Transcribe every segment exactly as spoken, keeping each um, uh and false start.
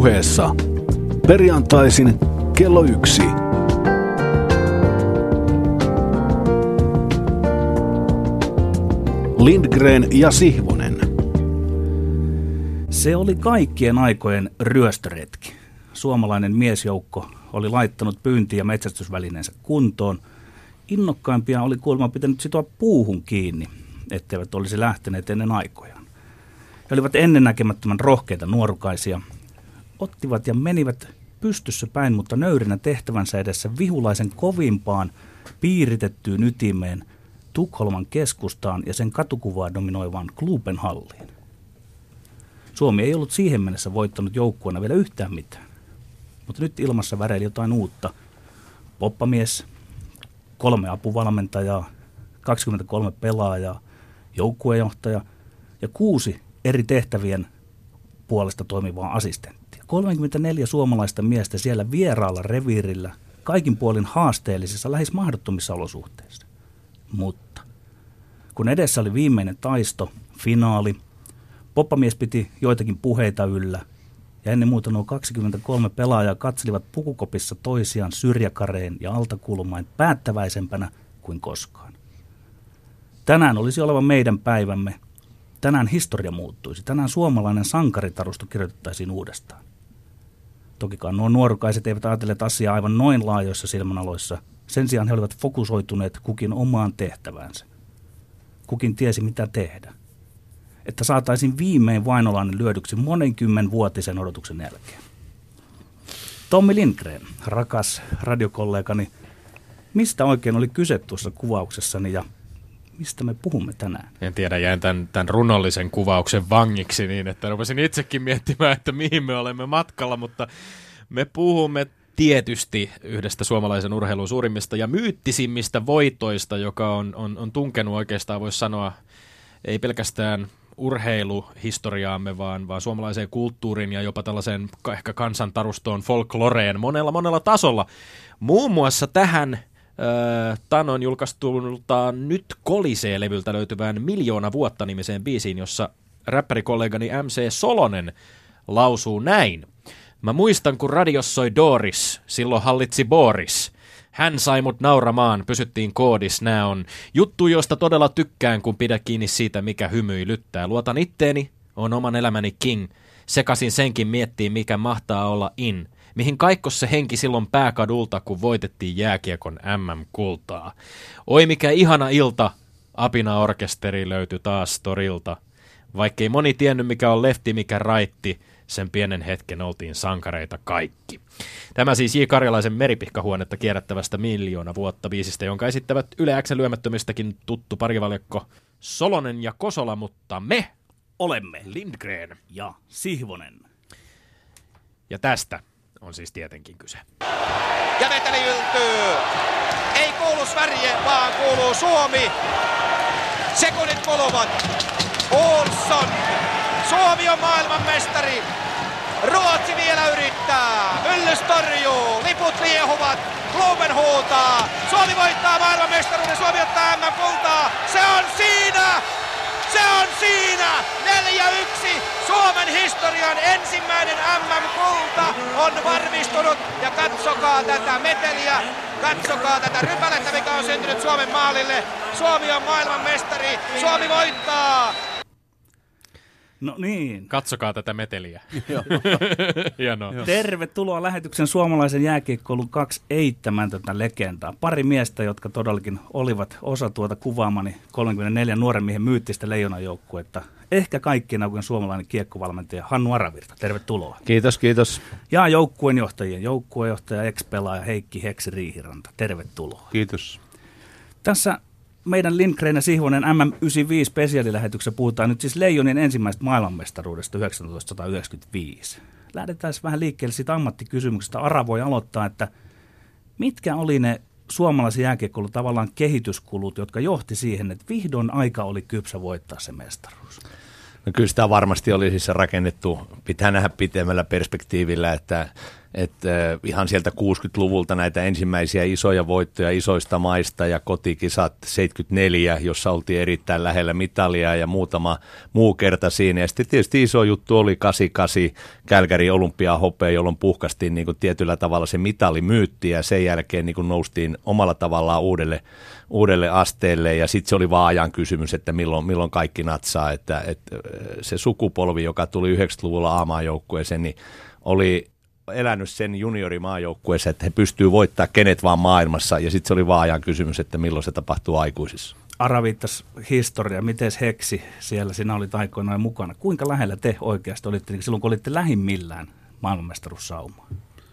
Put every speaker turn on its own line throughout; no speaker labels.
Puheessa perjantaisin kello yksi. Lindgren ja Sihvonen.
Se oli kaikkien aikojen ryöstöretki. Suomalainen miesjoukko oli laittanut pyynti- ja metsästysvälineensä kuntoon. Innokkaimpia oli kuulemma pitänyt sitoa puuhun kiinni, etteivät olisi lähteneet ennen aikojaan. He olivat ennennäkemättömän rohkeita nuorukaisia. Ottivat ja menivät pystyssä päin, mutta nöyrinä tehtävänsä edessä vihulaisen kovimpaan piiritettyyn ytimeen Tukholman keskustaan ja sen katukuvaa dominoivaan Klubenhalliin. Suomi ei ollut siihen mennessä voittanut joukkueena vielä yhtään mitään. Mutta nyt ilmassa väreili jotain uutta. Poppamies, kolme apuvalmentajaa, kaksikymmentäkolme pelaajaa, joukkuejohtaja ja kuusi eri tehtävien puolesta toimivaa assistenttia. kolmekymmentäneljä suomalaista miestä siellä vieraalla reviirillä, kaikin puolin haasteellisissa, lähes mahdottomissa olosuhteissa. Mutta kun edessä oli viimeinen taisto, finaali, poppamies piti joitakin puheita yllä ja ennen muuta nuo kaksikymmentäkolme pelaajaa katselivat pukukopissa toisiaan syrjäkareen ja altakulmain päättäväisempänä kuin koskaan. Tänään olisi oleva meidän päivämme. Tänään historia muuttuisi. Tänään suomalainen sankaritarusto kirjoitettaisiin uudestaan. Tokikaan nuo nuorukaiset eivät ajatelleet asiaa aivan noin laajoissa silmänaloissa. Sen sijaan he olivat fokusoituneet kukin omaan tehtäväänsä. Kukin tiesi mitä tehdä. Että saataisiin viimein Vainolainen lyödyksi monenkymmenvuotisen odotuksen jälkeen. Tommi Lindgren, rakas radiokollegani, mistä oikein oli kyse tuossa kuvauksessani ja mistä me puhumme tänään?
En tiedä, jäin tämän, tämän runollisen kuvauksen vangiksi niin, että rupesin itsekin miettimään, että mihin me olemme matkalla, mutta me puhumme tietysti yhdestä suomalaisen urheilun suurimmista ja myyttisimmistä voitoista, joka on, on, on tunkenut oikeastaan, voisi sanoa, ei pelkästään urheiluhistoriaamme, vaan, vaan suomalaiseen kulttuuriin ja jopa tällaiseen ehkä kansantarustoon, folkloreen monella monella tasolla. Muun muassa tähän äh, Tanon julkaistulta Nyt kolisee-levyltä löytyvään Miljoona vuotta -nimiseen biisiin, jossa räppärikollegani M C Solonen lausuu näin. Mä muistan, kun radiossa soi Doris, silloin hallitsi Boris. Hän sai mut nauramaan, pysyttiin koodis, nää on juttu, josta todella tykkään, kun pidä kiinni siitä, mikä hymyilyttää. Luotan itteeni, on oman elämäni king. Sekasin senkin miettii, mikä mahtaa olla in. Mihin kaikkos se henki silloin pääkadulta, kun voitettiin jääkiekon M M-kultaa. Oi mikä ihana ilta, Apina-orkesteri löytyi taas torilta. Vaikkei moni tiennyt, mikä on lefti, mikä raitti, sen pienen hetken oltiin sankareita kaikki. Tämä siis J. Karjalaisen Meripihkahuonetta kierrättävästä Miljoona vuotta -biisistä, jonka esittävät Yle X:n lyömättömistäkin tuttu parivaljakko Solonen ja Kosola, mutta me olemme Lindgren
ja Sihvonen.
Ja tästä on siis tietenkin kyse.
Ja veteli yltyy. Ei kuulu Sverige, vaan kuuluu Suomi. Sekunnit kuluvat. Olsson. Suomi on maailmanmestari. Ruotsi vielä yrittää. Myllys torjuu. Liput liehuvat. Kluben huutaa. Suomi voittaa maailmanmestaruuden. Suomi ottaa M M-kultaa. Se on siinä! Se on siinä! neljä yksi. Suomen historian ensimmäinen M M-kulta on varmistunut. Ja katsokaa tätä meteliä. Katsokaa tätä rypälettä, mikä on syntynyt Suomen maalille. Suomi on maailmanmestari. Suomi voittaa.
No niin.
Katsokaa tätä meteliä. Hienoa.
Tervetuloa lähetyksen suomalaisen jääkiekkoilun kaksi eittämätöntä legendaa. Pari miestä, jotka todellakin olivat osa tuota kuvaamani kolmekymmentäneljä nuoren miehen myyttistä leijonajoukkuetta. Ehkä kaikkien aikojen suomalainen kiekkovalmentaja Hannu Aravirta. Tervetuloa.
Kiitos, kiitos.
Ja joukkueenjohtajien joukkueenjohtaja, ex-pelaaja Heikki Heksi Riihiranta. Tervetuloa.
Kiitos.
Tässä meidän Lindgren ja Sihvonen M M yhdeksänkymmentäviisi spesiaalilähetyksessä puhutaan nyt siis Leijonien ensimmäisestä maailmanmestaruudesta tuhatyhdeksänsataayhdeksänkymmentäviisi. Lähdetään vähän liikkeelle siitä ammattikysymyksestä. Ara voi aloittaa, että mitkä oli ne suomalaisen jääkiekkoilun tavallaan kehityskulut, jotka johti siihen, että vihdoin aika oli kypsä voittaa se mestaruus?
No kyllä sitä varmasti oli siis rakennettu, pitää nähdä pitemmällä perspektiivillä, että että ihan sieltä kuusikymmentäluvulta näitä ensimmäisiä isoja voittoja isoista maista ja kotikisat seitsemänkymmentäneljä, jossa oltiin erittäin lähellä mitalia ja muutama muu kerta siinä. Ja sitten tietysti iso juttu oli kahdeksankymmentäkahdeksan Kälkärin olympiahopea, jolloin puhkastiin niin kuin tietyllä tavalla se mitalimyytti ja sen jälkeen niin kuin noustiin omalla tavallaan uudelle, uudelle asteelle ja sitten se oli vaan ajan kysymys, että milloin, milloin kaikki natsaa, että, että se sukupolvi, joka tuli yhdeksänkymmentäluvulla A-maajoukkueeseen, niin oli elänyt sen juniorimaajoukkueessa, että he pystyy voittaa kenet vaan maailmassa, ja sitten se oli vaan ajan kysymys, että milloin se tapahtuu aikuisissa.
Ara viittasi historia, miten Heksi siellä, sinä olit aikoinaan mukana. Kuinka lähellä te oikeasti olitte, silloin kun olitte lähimmillään maailmanmestaruussaumaa?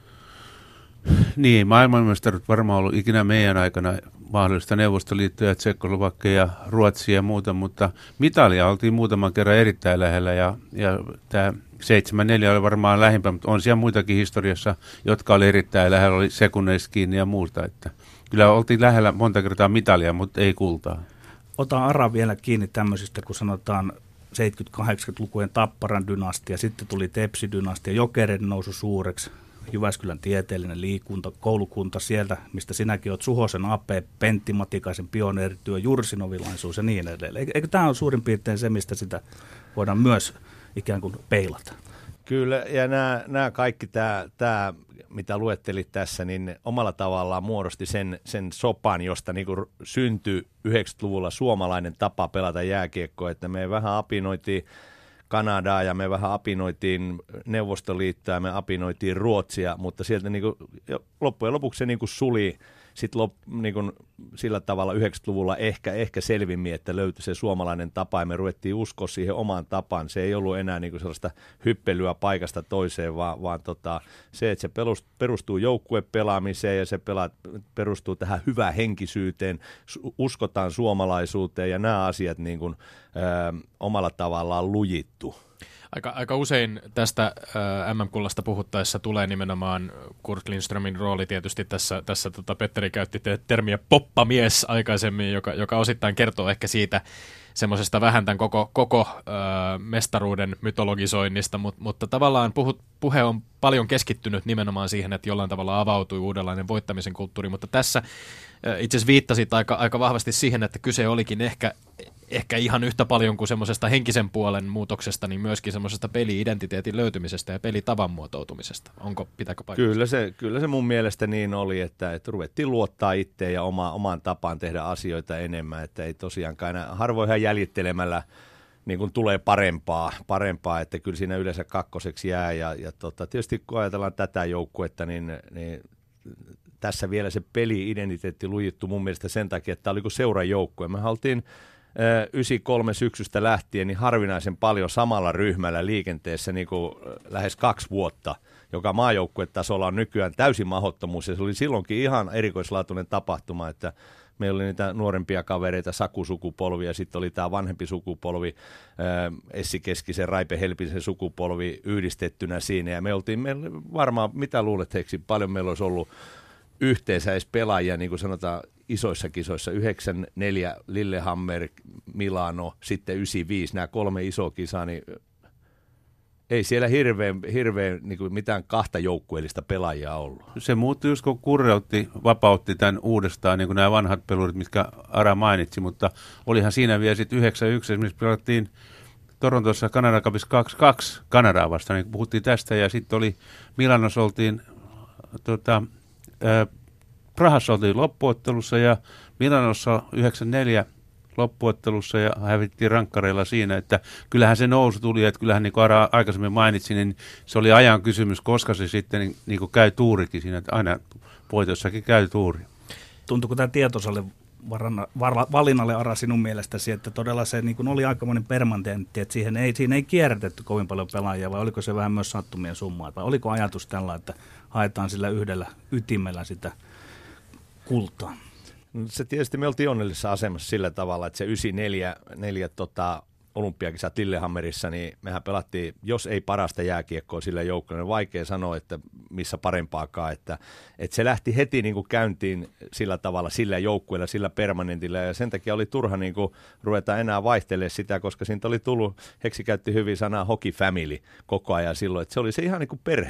Niin, maailmanmestaruus varmaan ollut ikinä meidän aikana mahdollista Neuvostoliittoja, Tsekkoslovakia ja Ruotsia ja muuta, mutta mitalia oltiin muutaman kerran erittäin lähellä ja, ja tämä seitsemän neljä oli varmaan lähimpää, mutta on siellä muitakin historiassa, jotka oli erittäin lähellä, oli sekunneista kiinni ja muuta, että kyllä oltiin lähellä monta kertaa mitalia, mutta ei kultaa.
Ota Ara vielä kiinni tämmöisistä, kun sanotaan seitsemänkymmentä-kahdeksankymmentälukujen Tapparan dynastia, sitten tuli Tepsi-dynastia, Jokereiden nousu suureksi, Jyväskylän tieteellinen liikunta, koulukunta sieltä, mistä sinäkin olet, Suhosen A P, Pentti Matikaisen pioneerityö, Jursinovilaisuus ja niin edelleen. Eikö tämä ole suurin piirtein se, mistä sitä voidaan myös ikään kuin peilata?
Kyllä, ja nämä, nämä kaikki, tämä, tämä, mitä luettelit tässä, niin omalla tavallaan muodosti sen, sen sopan, josta niin kuin syntyi yhdeksänkymmentäluvulla suomalainen tapa pelata jääkiekkoa, että me vähän apinoitiin Kanadaa ja me vähän apinoitiin Neuvostoliittoa ja me apinoitiin Ruotsia, mutta sieltä niin kuin, loppujen lopuksi se niin kuin suli sitten lop, niin kuin sillä tavalla yhdeksänkymmentäluvulla ehkä, ehkä selvimmin, että löytyi se suomalainen tapa ja me ruvettiin uskoa siihen omaan tapaan. Se ei ollut enää niin kuin sellaista hyppelyä paikasta toiseen, vaan, vaan tota, se, että se perustuu joukkuepelaamiseen ja se pela, perustuu tähän hyvään henkisyyteen, uskotaan suomalaisuuteen ja nämä asiat niin kuin, ö, omalla tavallaan lujittu.
Aika, aika usein tästä äh, M M-kullasta puhuttaessa tulee nimenomaan Kurt Lindströmin rooli tietysti tässä, tässä tota Petteri käytti te- termiä poppamies aikaisemmin, joka, joka osittain kertoo ehkä siitä semmoisesta vähän tämän koko, koko äh, mestaruuden mytologisoinnista, mut, mutta tavallaan puhut, puhe on paljon keskittynyt nimenomaan siihen, että jollain tavalla avautui uudenlainen voittamisen kulttuuri, mutta tässä äh, itse asiassa viittasit aika, aika vahvasti siihen, että kyse olikin ehkä ehkä ihan yhtä paljon kuin semmoisesta henkisen puolen muutoksesta, niin myöskin semmoisesta peli-identiteetin löytymisestä ja pelitavan muotoutumisesta. Onko, pitääkö paikassa?
Kyllä se, kyllä se mun mielestä niin oli, että, että ruvettiin luottaa itseään ja oma, omaan tapaan tehdä asioita enemmän, että ei tosiaankaan enää harvoinhan jäljittelemällä niin kuin tulee parempaa, parempaa, että kyllä siinä yleensä kakkoseksi jää ja, ja tota, tietysti kun ajatellaan tätä joukkuetta, niin, niin tässä vielä se peli-identiteetti lujittu mun mielestä sen takia, että tämä oli kuin seurajoukkue. Me haltiin yhdeksänkymmentäkolme syksystä lähtien niin harvinaisen paljon samalla ryhmällä liikenteessä niin kuin lähes kaksi vuotta, joka maajoukkuetasolla on nykyään täysin mahdottomuus. Ja se oli silloinkin ihan erikoislaatuinen tapahtuma, että meillä oli niitä nuorempia kavereita, Saku-sukupolvi ja sitten oli tämä vanhempi sukupolvi, Essi Keskisen, Raipe Helpisen sukupolvi yhdistettynä siinä. Ja me oltiin, me varmaan, mitä luulet Heksi, paljon meillä olisi ollut yhteensä edes pelaajia, niin kuin sanotaan, isoissa kisoissa, yhdeksänkymmentäneljä Lillehammer, Milano, sitten yhdeksänkymmentäviisi, nämä kolme isoa kisaa, niin ei siellä hirveän, hirveän niin kuin mitään kahta joukkueellista pelaajaa ollut.
Se muuttui just kun Kurreutti vapautti tämän uudestaan, niin kuin nämä vanhat pelurit, mitkä Ara mainitsi, mutta olihan siinä vielä sitten yhdeksänkymmentäyksi, esimerkiksi pelattiin Torontossa Canada Cupissa kaksi kaksi Kanadaa vastaan, niin puhuttiin tästä, ja sitten oli Milanossa oltiin tota, ää, Prahassa oltiin loppuottelussa ja Milanossa yhdeksänkymmentäneljä loppuottelussa ja hävittiin rankkareilla siinä, että kyllähän se nousu tuli, että kyllähän niin kuin Ara aikaisemmin mainitsi, niin se oli ajan kysymys, koska se sitten niin, niin kuin käy tuurikin siinä, että aina voitossakin käy tuuri.
Tuntuuko tämä tietoisalle valinnalle Ara sinun mielestäsi, että todella se niin kuin oli aikamoinen permanentti, että siihen ei, siinä ei kierrätetty kovin paljon pelaajia, vai oliko se vähän myös sattumien summaa, vai oliko ajatus tällä, että haetaan sillä yhdellä ytimellä sitä kultaa?
Se tietysti me oltiin onnellisessa asemassa sillä tavalla, että se yhdeksänkymmentäneljä neljä, tota, olympiakisat Lillehammerissa, niin mehän pelattiin, jos ei parasta jääkiekkoa sillä joukkueella, niin vaikea sanoa, että missä parempaakaan, että, että se lähti heti niin kuin käyntiin sillä tavalla, sillä joukkueella, sillä permanentilla, ja sen takia oli turha niin kuin ruveta enää vaihtelemaan sitä, koska siitä oli tullut, Heksi käytti hyvin sanaa hockey family koko ajan silloin, että se oli se ihan niin kuin perhe.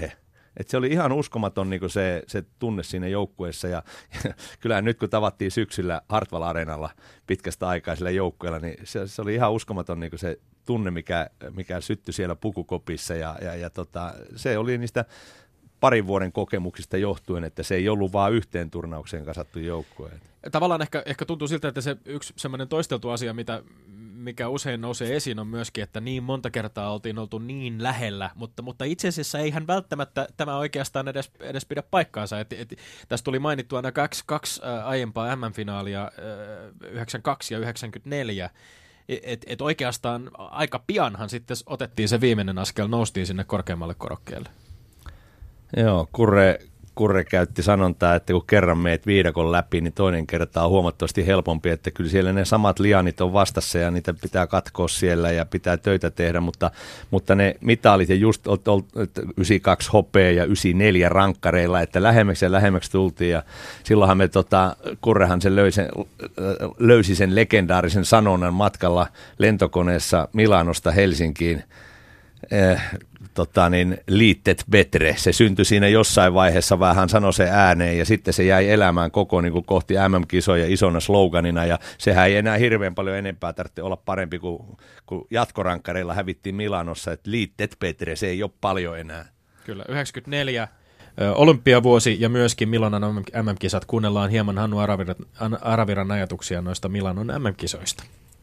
Et se oli ihan uskomaton niin kuin se, se tunne siinä joukkueessa ja, ja kyllähän nyt kun tavattiin syksyllä Hartwall Areenalla pitkästä aikaa sillä joukkueella, niin se, se oli ihan uskomaton niin kuin se tunne, mikä, mikä syttyi siellä pukukopissa ja, ja, ja tota, se oli niistä parin vuoden kokemuksista johtuen, että se ei ollut vaan yhteen turnaukseen kasattu joukkue.
Tavallaan ehkä, ehkä tuntuu siltä, että se yksi semmoinen toisteltu asia, mitä, mikä usein nousee esiin, on myöskin, että niin monta kertaa oltiin oltu niin lähellä, mutta, mutta itse asiassa eihän välttämättä tämä oikeastaan edes, edes pidä paikkaansa. Et, et, tässä tuli mainittu aina kaksi, kaksi äh, aiempaa M M-finaalia, äh, yhdeksänkymmentäkaksi ja yhdeksänkymmentäneljä. Et, et oikeastaan aika pianhan sitten otettiin se viimeinen askel, noustiin sinne korkeammalle korokkeelle.
Joo, Kurre, Kurre käytti sanontaa, että kun kerran meet viidakon läpi, niin toinen kerta on huomattavasti helpompi, että kyllä siellä ne samat lianit on vastassa ja niitä pitää katkoa siellä ja pitää töitä tehdä, mutta, mutta ne mitalit ja just yhdeksänkymmentäkaksi hopea ja yhdeksänkymmentäneljä rankkareilla, että lähemmäksi ja lähemmäksi tultiin ja silloinhan me tota, Kurrehan se löi sen, löysi sen legendaarisen sanonnan matkalla lentokoneessa Milanosta Helsinkiin. Eh, tota niin, liittet betre. Se syntyi siinä jossain vaiheessa, vähän hän sanoi se ääneen ja sitten se jäi elämään koko niin kuin kohti M M-kisoja isona sloganina ja sehän ei enää hirveän paljon enempää tarvitse olla parempi kuin, kuin jatkorankkareilla hävittiin Milanossa, että liittet betre, se ei ole paljon enää.
Kyllä, yhdeksänkymmentäneljä olympiavuosi ja myöskin Milanon M M-kisat. Kuunnellaan hieman Hannu Araviran, Araviran ajatuksia noista Milanon M M-kisoista.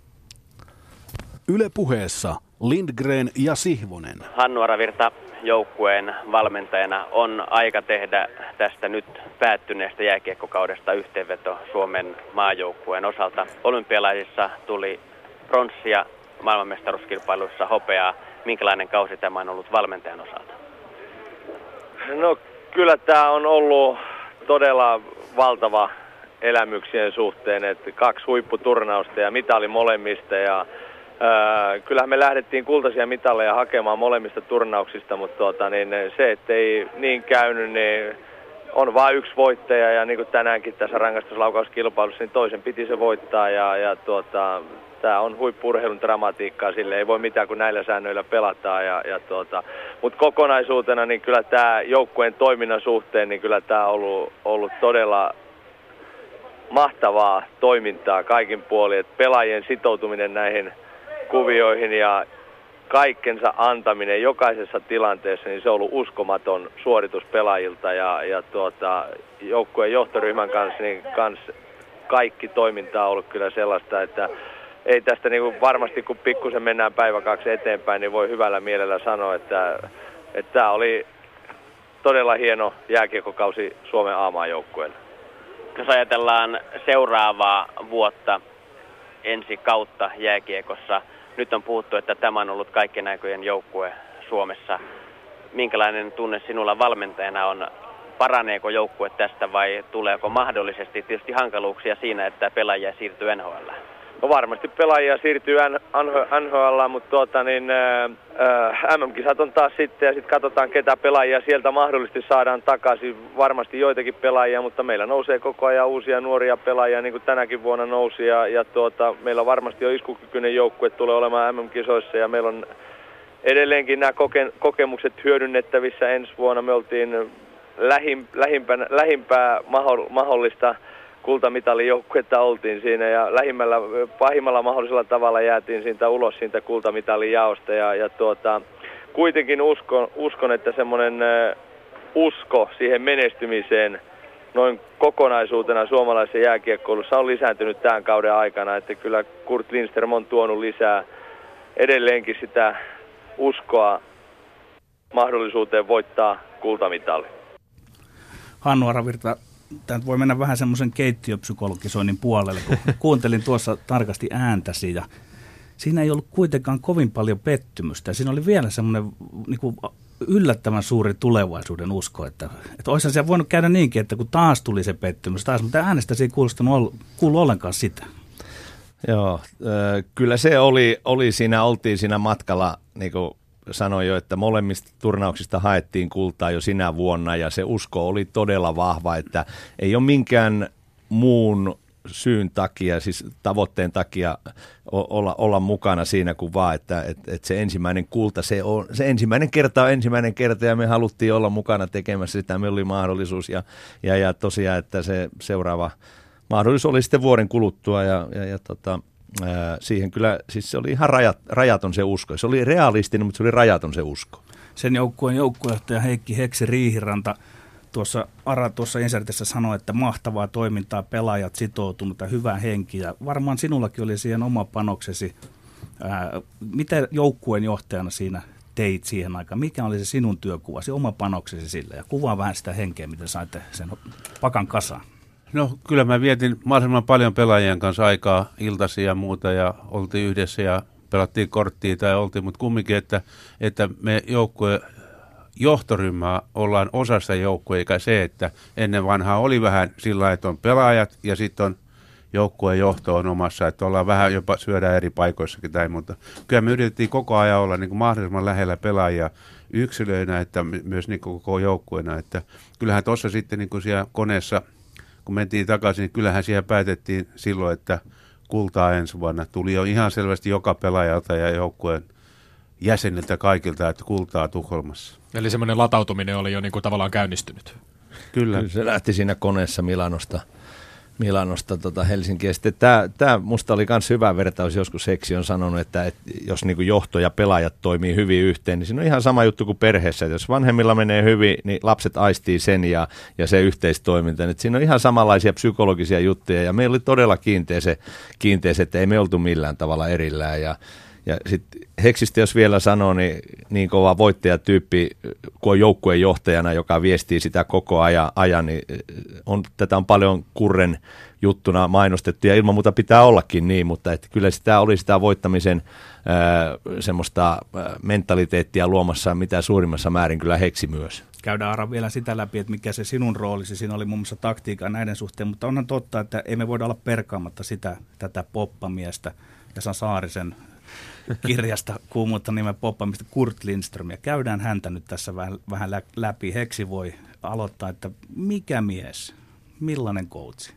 Yle Puheessa Lindgren ja Sihvonen.
Hannu Aravirta joukkueen valmentajana on aika tehdä tästä nyt päättyneestä jääkiekkokaudesta yhteenveto Suomen maajoukkueen osalta. Olympialaisissa tuli pronssia, maailmanmestaruuskilpailuissa hopeaa. Minkälainen kausi tämä on ollut valmentajan osalta?
No kyllä tämä on ollut todella valtava elämyksien suhteen, että kaksi huipputurnausta ja mitali molemmista ja Öö, kyllähän me lähdettiin kultaisia mitaleja hakemaan molemmista turnauksista, mutta tuota, niin se, ettei niin käynyt, niin on vain yksi voittaja ja niin kuin tänäänkin tässä rangaistuslaukauskilpailussa, niin toisen piti se voittaa ja, ja tuota, tämä on huippu-urheilun dramatiikkaa, sille ei voi mitään kun näillä säännöillä pelataan. Ja, ja tuota, mutta kokonaisuutena niin kyllä tämä joukkueen toiminnan suhteen, niin kyllä tämä on ollut, ollut todella mahtavaa toimintaa kaikin puolin, että pelaajien sitoutuminen näihin kuvioihin ja kaikkensa antaminen jokaisessa tilanteessa, niin se on ollut uskomaton suoritus pelaajilta ja, ja tuota, joukkueen johtoryhmän kanssa, niin kanssa kaikki toiminta on ollut kyllä sellaista, että ei tästä niin kuin varmasti kun pikkusen mennään päivä kaksi eteenpäin, niin voi hyvällä mielellä sanoa, että, että tämä oli todella hieno jääkiekkokausi Suomen A-maajoukkueelle.
Jos ajatellaan seuraavaa vuotta ensi kautta jääkiekossa, nyt on puhuttu, että tämä on ollut kaikkien aikojen joukkue Suomessa. Minkälainen tunne sinulla valmentajana on? Paraneeko joukkue tästä vai tuleeko mahdollisesti tietysti hankaluuksia siinä, että pelaajia siirtyy N H L?
No varmasti pelaajia siirtyy N H L, mutta tuota, niin, ää, M M-kisat on taas sitten ja sitten katsotaan ketä pelaajia sieltä mahdollisesti saadaan takaisin. Varmasti joitakin pelaajia, mutta meillä nousee koko ajan uusia nuoria pelaajia niin kuin tänäkin vuonna nousi ja, ja tuota, meillä varmasti on iskukykyinen joukkue tulee olemaan M M-kisoissa ja meillä on edelleenkin nämä koke- kokemukset hyödynnettävissä ensi vuonna. Me oltiin lähim, lähimpää, lähimpää mahdollista kultamitalijoukkuetta oltiin siinä ja lähimmällä, pahimmalla mahdollisella tavalla jäätiin siitä ulos siitä kultamitalin jaosta ja, ja tuota, kuitenkin uskon, uskon, että semmoinen usko siihen menestymiseen noin kokonaisuutena suomalaisessa jääkiekkoilussa on lisääntynyt tämän kauden aikana, että kyllä Kurt Lindström on tuonut lisää edelleenkin sitä uskoa mahdollisuuteen voittaa kultamitali.
Hannu Aravirta, tämä voi mennä vähän semmoisen keittiöpsykologisoinnin puolelle, kun kuuntelin tuossa tarkasti ääntäsi ja siinä ei ollut kuitenkaan kovin paljon pettymystä. Siinä oli vielä semmoinen niin kuin yllättävän suuri tulevaisuuden usko, että, että olisihan siellä voinut käydä niinkin, että kun taas tuli se pettymys, taas, mutta äänestäsi ei kuulostanut kuulu ollenkaan sitä.
Joo, kyllä se oli, oli siinä, oltiin siinä matkalla, niin kuin sanoin jo, että molemmista turnauksista haettiin kultaa jo sinä vuonna ja se usko oli todella vahva, että ei ole minkään muun syyn takia, siis tavoitteen takia olla, olla mukana siinä kuin vaan, että et, et se ensimmäinen kulta, se, on, se ensimmäinen kerta on ensimmäinen kerta ja me haluttiin olla mukana tekemässä sitä, meillä oli mahdollisuus ja, ja, ja tosiaan, että se seuraava mahdollisuus oli sitten vuoden kuluttua ja, ja, ja tota, ää, siihen kyllä, siis se oli ihan rajat, rajaton se usko, se oli realistinen, mutta se oli rajaton se usko.
Sen joukkueen joukkuejohtaja Heikki Heksi Riihiranta tuossa Ara tuossa insertissä sanoi, että mahtavaa toimintaa, pelaajat sitoutunut ja hyvä henki. Ja varmaan sinullakin oli siihen oma panoksesi. Ää, mitä joukkueen johtajana siinä teit siihen aikaan? Mikä oli se sinun työkuvasi, oma panoksesi sille? Ja kuvaa vähän sitä henkeä, miten saitte sen pakan kasaan.
No kyllä mä vietin mahdollisimman paljon pelaajien kanssa aikaa, iltaisia ja muuta ja oltiin yhdessä ja pelattiin korttia tai oltiin, mutta kumminkin, että, että me joukkue johtoryhmää ollaan osassa joukkueen, eikä se, että ennen vanhaa oli vähän sillä, että on pelaajat ja sitten on joukkueen johto on omassa, että ollaan vähän jopa syödään eri paikoissakin tai muuta. Kyllä me yritettiin koko ajan olla niin kuin mahdollisimman lähellä pelaajia yksilöinä, että myös niin kuin koko joukkueena, että kyllähän tuossa sitten niin kuin siellä koneessa, kun mentiin takaisin, niin kyllähän siellä päätettiin silloin, että kultaa ensi vuonna. Tuli jo ihan selvästi joka pelaajalta ja joukkueen jäseniltä kaikilta, että kultaa Tukholmassa.
Eli semmoinen latautuminen oli jo niin kuin tavallaan käynnistynyt.
Kyllä.
Kyllä se lähti siinä koneessa Milanosta, Milanosta tota Helsinkiin. Tämä, tämä musta oli myös hyvä vertaus, joskus Heksi on sanonut, että, että jos niin kuin johto ja pelaajat toimii hyvin yhteen, niin siinä on ihan sama juttu kuin perheessä. Että jos vanhemmilla menee hyvin, niin lapset aistii sen ja, ja se yhteistoiminta. Että siinä on ihan samanlaisia psykologisia juttuja ja meillä oli todella kiinteä se, kiinteä se, että ei me oltu millään tavalla erillään. Ja, ja sitten Heksistä jos vielä sanoo, niin niin kova voittajatyyppi kuin on joukkueen johtajana, joka viestii sitä koko ajan, ajan niin on, tätä on paljon Kurren juttuna mainostettu ja ilman muuta pitää ollakin niin, mutta että kyllä sitä oli sitä voittamisen ää, semmoista ää, mentaliteettia luomassa mitä suurimmassa määrin kyllä Heksi myös.
Käydään Ara vielä sitä läpi, että mikä se sinun roolisi. Siinä oli muun muassa taktiikkaa näiden suhteen, mutta onhan totta, että ei me voida olla perkaamatta sitä, tätä poppamiestä Esa Saarisen kirjasta kuumuutta nimen poppamista Kurt Lindströmiä. Käydään häntä nyt tässä vähän, vähän läpi. Heksi voi aloittaa, että mikä mies, millainen coachi?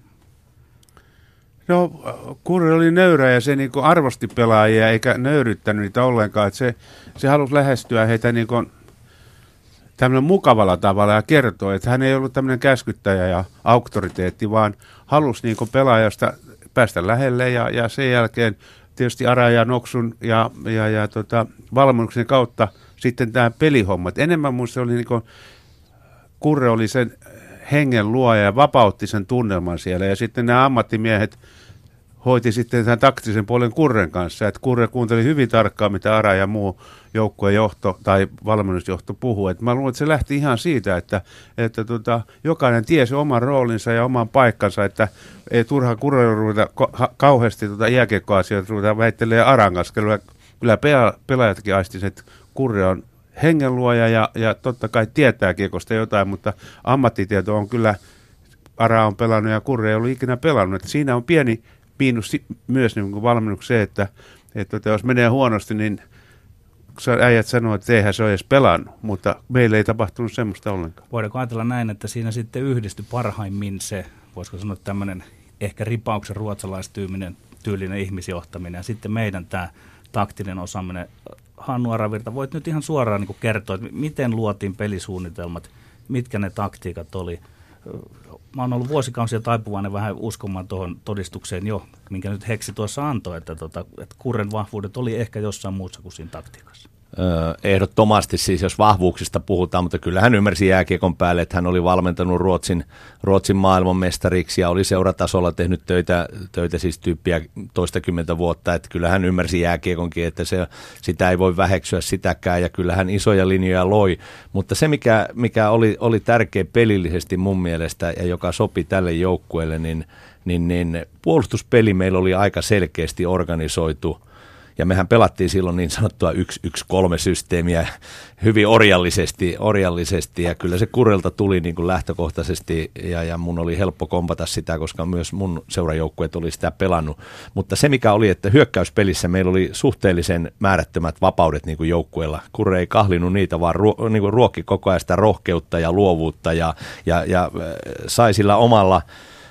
No Kurri oli nöyrä ja se niin kuin arvosti pelaajia eikä nöyryttänyt niitä ollenkaan. Että se, se halusi lähestyä heitä niin kuin tämmöinen mukavalla tavalla ja kertoi, että hän ei ollut tämmöinen käskyttäjä ja auktoriteetti, vaan halusi niin kuin pelaajasta päästä lähelle ja, ja sen jälkeen tietysti Ara ja Noksun ja, ja, ja tota, valmennuksen kautta sitten tämä pelihomma. Et enemmän mun se oli niin kuin, Kurre oli sen hengen luoja ja vapautti sen tunnelman siellä. Ja sitten nämä ammattimiehet hoiti sitten tämän taktisen puolen Kurren kanssa. Et Kurre kuunteli hyvin tarkkaan, mitä Ara ja muu joukkueen johto tai valmennusjohto puhuu. Et mä luulen, että se lähti ihan siitä, että, että tota, jokainen tiesi oman roolinsa ja oman paikkansa, että ei turha Kurre ruveta kauheasti tota jääkiekkoasioita ruveta väittelee Aran kanssa. Kyllä, kyllä pelaajatkin aistis, että Kurre on hengenluoja ja, ja totta kai tietää kiekosta jotain, mutta ammattitieto on kyllä, Ara on pelannut ja Kurre ei ollut ikinä pelannut. Että siinä on pieni miinus myös niin kuin valmennuksessa se, että, että jos menee huonosti, niin äijät sanoo, että eihän se ole edes pelannut, mutta meillä ei tapahtunut semmoista ollenkaan.
Voidaanko ajatella näin, että siinä sitten yhdistyi parhaimmin se, voisiko sanoa tämmöinen ehkä ripauksen ruotsalaistyylinen tyylinen ihmisjohtaminen ja sitten meidän tämä taktinen osaaminen. Hannu Aravirta, voit nyt ihan suoraan niin kuin kertoa, että miten luotiin pelisuunnitelmat, mitkä ne taktiikat oli. Mä oon ollut vuosikausia taipuvainen vähän uskomaan tuohon todistukseen jo, minkä nyt Heksi tuossa antoi, että, tota, että Kurren vahvuudet oli ehkä jossain muussa kuin siinä taktiikassa.
Ehdottomasti siis, jos vahvuuksista puhutaan, mutta kyllä hän ymmärsi jääkiekon päälle, että hän oli valmentanut Ruotsin, Ruotsin maailmanmestariksi ja oli seuratasolla tehnyt töitä, töitä siis tyyppiä toistakymmentä vuotta, että kyllä hän ymmärsi jääkiekonkin, että se, sitä ei voi väheksyä sitäkään ja kyllä hän isoja linjoja loi, mutta se mikä, mikä oli, oli tärkeä pelillisesti mun mielestä ja joka sopi tälle joukkueelle, niin, niin, niin puolustuspeli meillä oli aika selkeästi organisoitu. Ja mehän pelattiin silloin niin sanottua yksi yksi kolme systeemiä hyvin orjallisesti, orjallisesti ja kyllä se Kurrelta tuli niin kuin lähtökohtaisesti ja, ja mun oli helppo kompata sitä, koska myös mun seurajoukkueet oli sitä pelannut. Mutta se mikä oli, että hyökkäyspelissä meillä oli suhteellisen määrättömät vapaudet niin kuin joukkueella. Kurre ei kahlinut niitä, vaan ruo, niin kuin ruokki koko ajan sitä rohkeutta ja luovuutta ja, ja, ja sai sillä omalla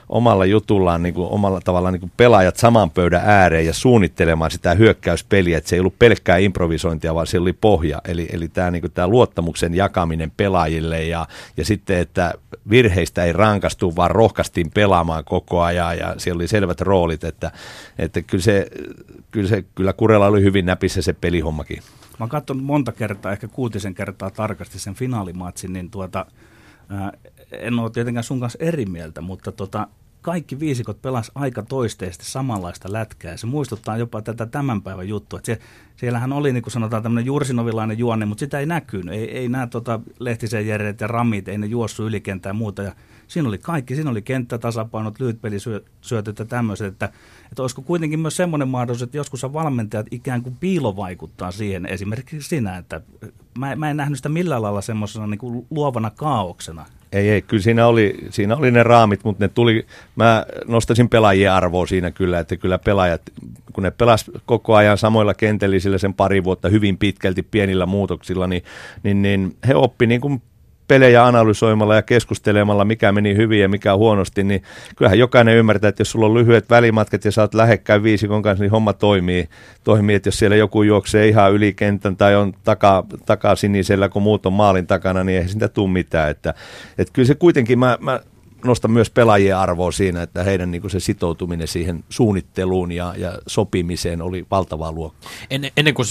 omalla jutullaan, niin kuin, omalla tavallaan niin kuin pelaajat saman pöydän ääreen ja suunnittelemaan sitä hyökkäyspeliä, että se ei ollut pelkkää improvisointia, vaan se oli pohja. Eli, eli tämä, niin kuin, tämä luottamuksen jakaminen pelaajille ja, ja sitten, että virheistä ei rankastu, vaan rohkaistiin pelaamaan koko ajan ja siellä oli selvät roolit, että, että kyllä, se, kyllä, se, kyllä Kurella oli hyvin näpissä se pelihommakin.
Mä oon katsonut monta kertaa, ehkä kuutisen kertaa tarkasti sen finaalimatsin, niin tuota, ää, en ole tietenkään sun kanssa eri mieltä, mutta tota, kaikki viisikot pelas aika toisteisesti samanlaista lätkää. Se muistuttaa jopa tätä tämän päivän juttua. Se, siellähän oli, niin kuin sanotaan, tämmöinen juursinovilainen juonne, mutta sitä ei näkynyt. Ei, ei nämä tota, Lehtisen Jerret ja Ramit, ei ne juossut ylikentää ja muuta. Ja siinä oli kaikki, siinä oli kenttätasapainot, lyhytpelisyötöt ja tämmöiset. Että, että olisiko kuitenkin myös semmoinen mahdollisuus, että joskus valmentajat ikään kuin piilovaikuttaa siihen. Esimerkiksi sinä, että mä, mä en nähnyt sitä millään lailla semmoisena niin kuin luovana kaauksena.
Ei, ei, kyllä siinä oli, siinä oli ne raamit, mutta ne tuli, mä nostasin pelaajien arvoa siinä kyllä, että kyllä pelaajat, kun ne pelas koko ajan samoilla kentellisillä sen pari vuotta hyvin pitkälti pienillä muutoksilla, niin, niin, niin he oppi niin kuin pelejä analysoimalla ja keskustelemalla, mikä meni hyvin ja mikä huonosti, niin kyllähän jokainen ymmärtää, että jos sulla on lyhyet välimatkat ja sä oot lähekkäin viisikon kanssa, niin homma toimii. toimii, että jos siellä joku juoksee ihan yli kentän tai on takaa, takaa sinisellä, kun muut on maalin takana, niin ei siitä tule mitään. Että, että kyllä se kuitenkin, mä, mä nostan myös pelaajien arvoa siinä, että heidän niin kuin se sitoutuminen siihen suunnitteluun ja, ja sopimiseen oli valtavaa luokkaa.
Ennen, ennen kuin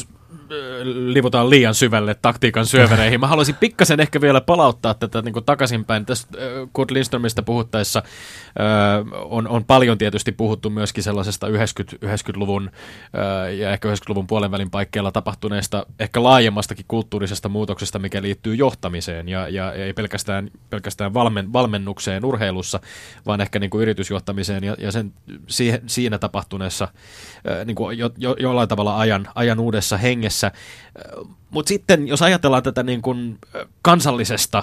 livutaan liian syvälle taktiikan syövereihin. Mä haluaisin pikkasen ehkä vielä palauttaa tätä niin kuin takaisinpäin. Tässä äh, Kurt Lindströmistä puhuttaessa äh, on, on paljon tietysti puhuttu myöskin sellaisesta yhdeksänkymmentäluvun äh, ja ehkä yhdeksänkymmentäluvun puolen välin paikkeilla tapahtuneesta ehkä laajemmastakin kulttuurisesta muutoksesta, mikä liittyy johtamiseen ja, ja ei pelkästään, pelkästään valmen, valmennukseen urheilussa, vaan ehkä niin kuin yritysjohtamiseen ja, ja sen, siihen, siinä tapahtuneessa äh, niin kuin jo, jo, jollain tavalla ajan, ajan uudessa hengessä. Mutta sitten, jos ajatellaan tätä niin kuin kansallisesta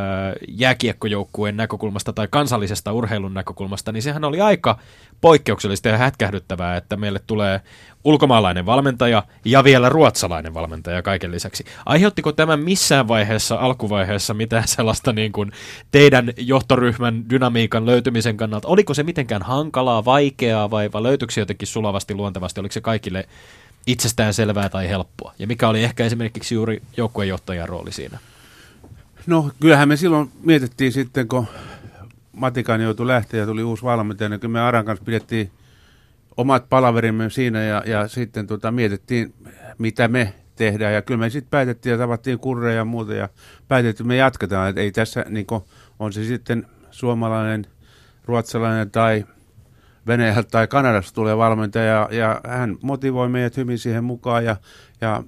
jääkiekkojoukkueen näkökulmasta tai kansallisesta urheilun näkökulmasta, niin sehän oli aika poikkeuksellista ja hätkähdyttävää, että meille tulee ulkomaalainen valmentaja ja vielä ruotsalainen valmentaja kaiken lisäksi. Aiheuttiko tämä missään vaiheessa, alkuvaiheessa mitään sellaista niin kuin teidän johtoryhmän dynamiikan löytymisen kannalta? Oliko se mitenkään hankalaa, vaikeaa vai, vai löytyykö se jotenkin sulavasti, luontevasti? Oliko se kaikille itsestään selvää tai helppoa? Ja mikä oli ehkä esimerkiksi juuri joukkueenjohtajan rooli siinä?
No kyllähän me silloin mietittiin sitten, kun Matikainen joutui lähteä ja tuli uusi valmentaja, niin kyllä me Aran kanssa pidettiin omat palaverimme siinä ja, ja sitten tota, mietittiin, mitä me tehdään. Ja kyllä me sitten päätettiin ja tavattiin Kurreja ja muuta ja päätettiin, että me jatketaan. Että ei tässä, niin kuin, on se sitten suomalainen, ruotsalainen tai Venäjältä tai Kanadasta tulee valmentaja ja, ja hän motivoi meidät hyvin siihen mukaan ja, ja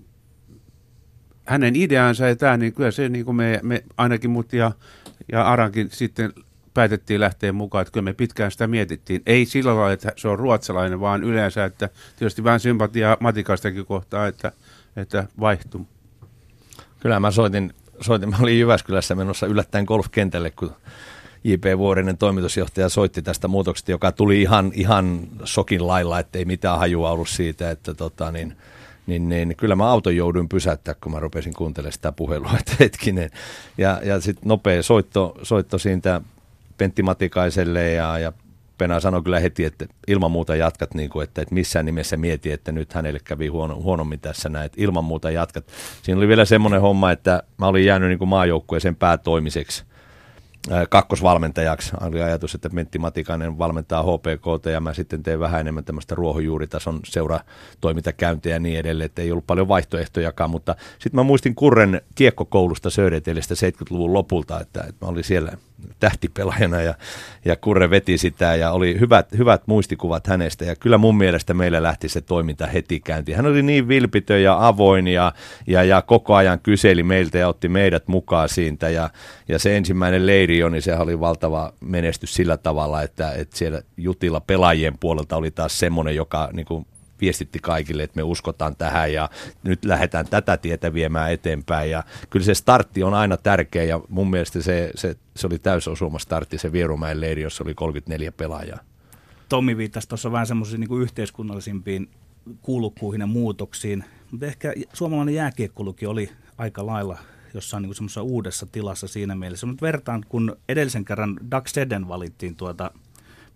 hänen ideansa ja tämä, niin kyllä se niin kuin me, me ainakin mut ja, ja Arankin sitten päätettiin lähteä mukaan, että kyllä me pitkään sitä mietittiin. Ei sillä lailla, että se on ruotsalainen, vaan yleensä, että tietysti vähän sympatiaa Matikaistakin kohtaa, että, että vaihtuu.
Kyllä mä soitin, soitin, mä olin Jyväskylässä menossa yllättäen golfkentälle, kun J P Vuorinen toimitusjohtaja soitti tästä muutoksesta, joka tuli ihan, ihan sokin lailla, ettei mitään hajua ollut siitä, että tota niin, niin, niin kyllä mä auton jouduin pysäyttää, kun mä rupesin kuuntelemaan sitä puhelua, että hetkinen. Ja, ja sitten nopea soitto, soitto siitä Pentti Matikaiselle ja, ja Pena sanoi kyllä heti, että ilman muuta jatkat, niin kuin, että, että missään nimessä mieti, että nyt hänelle kävi huono, huonommin tässä näin, että ilman muuta jatkat. Siinä oli vielä semmoinen homma, että mä olin jäänyt niin kuin maajoukkueeseen päätoimiseksi kakkosvalmentajaksi. Oli ajatus, että Pentti Matikainen valmentaa H P K:ta ja mä sitten teen vähän enemmän tämmöistä ruohonjuuritason seuratoimintakäyntiä ja niin edelleen, että ei ollut paljon vaihtoehtojakaan, mutta sitten mä muistin Kurren kiekkokoulusta Södertäljestä seitsemänkymmentäluvun lopulta, että, että mä olin siellä tähtipelaajana ja, ja Kurre veti sitä ja oli hyvät, hyvät muistikuvat hänestä ja kyllä mun mielestä meillä lähti se toiminta heti käyntiin. Hän oli niin vilpitön ja avoin ja, ja, ja koko ajan kyseli meiltä ja otti meidät mukaan siitä ja, ja se ensimmäinen leiri, niin sehän oli valtava menestys sillä tavalla, että, että siellä Jutilla pelaajien puolelta oli taas semmoinen, joka niin kuin viestitti kaikille, että me uskotaan tähän ja nyt lähdetään tätä tietä viemään eteenpäin. Ja kyllä se startti on aina tärkeä ja mun mielestä se, se, se oli täysosuma startti, se Vierumäen leiri, jossa oli kolmekymmentäneljä pelaajaa.
Tommi viittasi tuossa vähän semmoisiin niin kuin yhteiskunnallisimpiin kulkuihin ja muutoksiin, mutta ehkä suomalainen jääkiekkoluki oli aika lailla jossain niin semmoisessa uudessa tilassa siinä mielessä. Nyt vertaan, kun edellisen kerran Doug Sedden valittiin tuota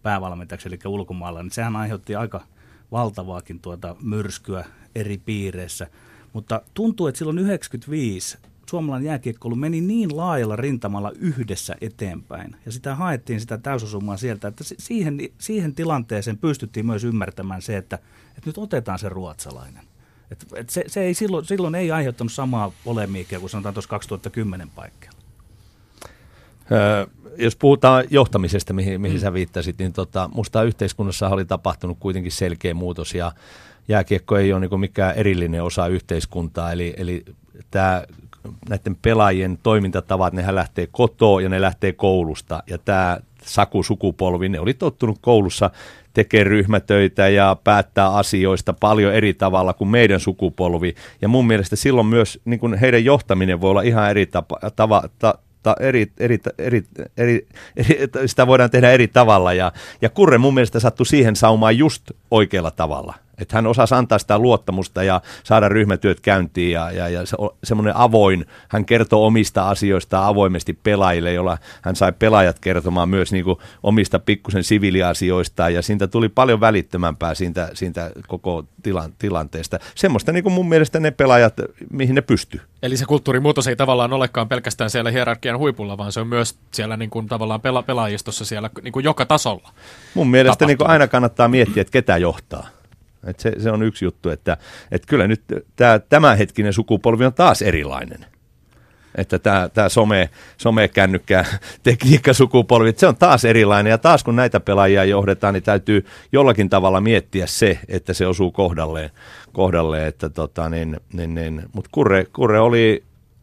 päävalmentajaksi, eli ulkomailla, niin sehän aiheutti aika valtavaakin tuota myrskyä eri piireissä. Mutta tuntuu, että silloin yhdeksänkymmentäviisi suomalainen jääkiekkoilu meni niin laajalla rintamalla yhdessä eteenpäin. Ja sitä haettiin sitä täysosumaa sieltä, että siihen, siihen tilanteeseen pystyttiin myös ymmärtämään se, että, että nyt otetaan se ruotsalainen. Et, et se, se ei silloin, silloin ei aiheuttanut samaa polemiikkia kuin sanotaan tuossa kaksituhattakymmenen paikkeilla.
Öö, jos puhutaan johtamisesta, mihin, mihin mm. sä viittasit, niin tota, musta yhteiskunnassa oli tapahtunut kuitenkin selkeä muutos ja jääkiekko ei ole niin kuin mikään erillinen osa yhteiskuntaa, eli, eli tämä näiden pelaajien toimintatavat, nehän lähtee kotoa ja ne lähtee koulusta. Ja tämä Saku-sukupolvi, ne oli tottunut koulussa tekemään ryhmätöitä ja päättää asioista paljon eri tavalla kuin meidän sukupolvi. Ja mun mielestä silloin myös niin kuin heidän johtaminen voi olla ihan eri tapa, tava, ta, ta, eri, eri, eri, eri, eri, sitä voidaan tehdä eri tavalla. Ja, ja Kurre mun mielestä sattui siihen saumaan just oikealla tavalla. Että hän osasi antaa sitä luottamusta ja saada ryhmätyöt käyntiin ja, ja, ja se, semmoinen avoin, hän kertoo omista asioista avoimesti pelaajille, jolla hän sai pelaajat kertomaan myös niin kuin omista pikkusen siviiliasioistaan ja siitä tuli paljon välittömämpää siitä, siitä koko tilan, tilanteesta. Semmoista niin kuin mun mielestä ne pelaajat, mihin ne pystyy.
Eli se kulttuurimuutos ei tavallaan olekaan pelkästään siellä hierarkian huipulla, vaan se on myös siellä niin kuin tavallaan pela- pelaajistossa siellä niin kuin joka tasolla.
Mun mielestä niin kuin aina kannattaa miettiä, että ketä johtaa. Et se, se on yksi juttu, että et kyllä nyt tämä tämänhetkinen sukupolvi on taas erilainen. Että tämä, tämä some, some-kännykkä tekniikkasukupolvi, se on taas erilainen. Ja taas kun näitä pelaajia johdetaan, niin täytyy jollakin tavalla miettiä se, että se osuu kohdalleen. kohdalleen että tota, niin, niin, niin. Mutta Kurre, Kurre oli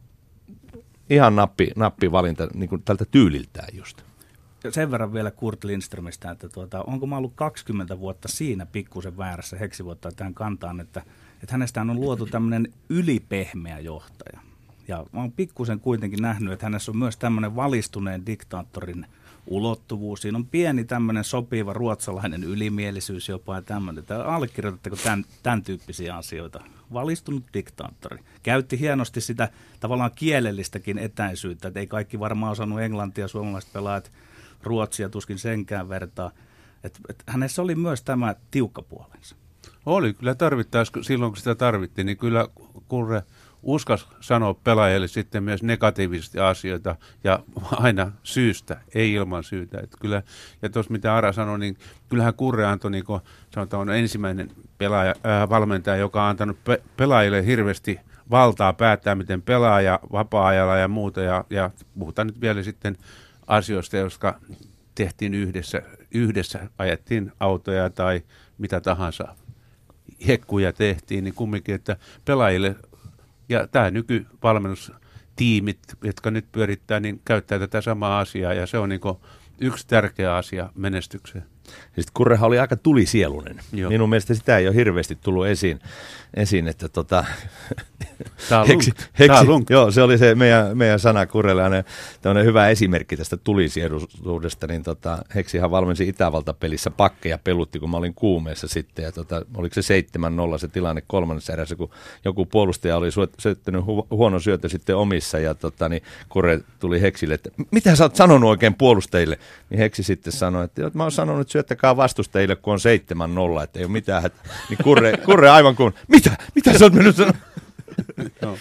ihan nappi, nappivalinta niin kuin tältä tyyliltään just.
Sen verran vielä Kurt Lindströmistä, että tuota, onko mä ollut kaksikymmentä vuotta siinä pikkusen väärässä heksivuotta tähän kantaan, että, että hänestään on luotu tämmöinen ylipehmeä johtaja. Ja mä oon pikkusen kuitenkin nähnyt, että hänessä on myös tämmöinen valistuneen diktaattorin ulottuvuus. Siinä on pieni tämmöinen sopiva ruotsalainen ylimielisyys jopa ja tämmöinen. Allekirjoitatteko tämän, tämän tyyppisiä asioita? Valistunut diktaattori. Käytti hienosti sitä tavallaan kielellistäkin etäisyyttä, että ei kaikki varmaan osannut englantia, suomalaiset pelaajat Ruotsia tuskin senkään vertaa. Et, et hänessä oli myös tämä tiukka puolensa.
Oli, kyllä tarvittaessa, silloin kun sitä tarvittiin, niin kyllä Kurre uskas sanoa pelaajille sitten myös negatiivisesti asioita ja aina syystä, ei ilman syytä. Et kyllä, ja tuossa mitä Ara sanoi, niin kyllähän Kurre antoi, niin kuin sanotaan, on ensimmäinen pelaaja, ää, valmentaja, joka on antanut pe- pelaajille hirveästi valtaa päättää, miten pelaaja vapaa-ajalla ja muuta. Ja, ja puhutaan nyt vielä sitten asioista, jotka tehtiin yhdessä, yhdessä, ajettiin autoja tai mitä tahansa, hekkuja tehtiin, niin kumminkin, että pelaajille, ja tämä nykyvalmennustiimit, jotka nyt pyörittää, niin käyttää tätä samaa asiaa, ja se on niin kuin yksi tärkeä asia menestykseen.
Sitten Kurrehan oli aika tulisielunen. Joo. Minun mielestä sitä ei ole hirveästi tullut esiin, esiin että tota...
Tämä on heksi, heksi, lunk.
Joo, se oli se meidän, meidän sana Kurrelle, tämmöinen hyvä esimerkki tästä tulisieluudesta, niin tota, Heksihan valmensi Itävalta-pelissä pakkeja pelutti, kun mä olin kuumeessa sitten, ja tota, oliko se seitsemän nolla se tilanne kolmannessa erässä, kun joku puolustaja oli syöttänyt hu- huono syöttö sitten omissa, ja tota, niin Kurre tuli Heksille, että mitä sä oot sanonut oikein puolustajille? Niin Heksi sitten sanoi, että mä oon sanonut, että syöttäkää vastustajille, kun on seitsemän nolla, että ei ole mitään. Niin Kurre, Kurre aivan kuin, mitä? Mitä sä oot mennyt sanoa?
No.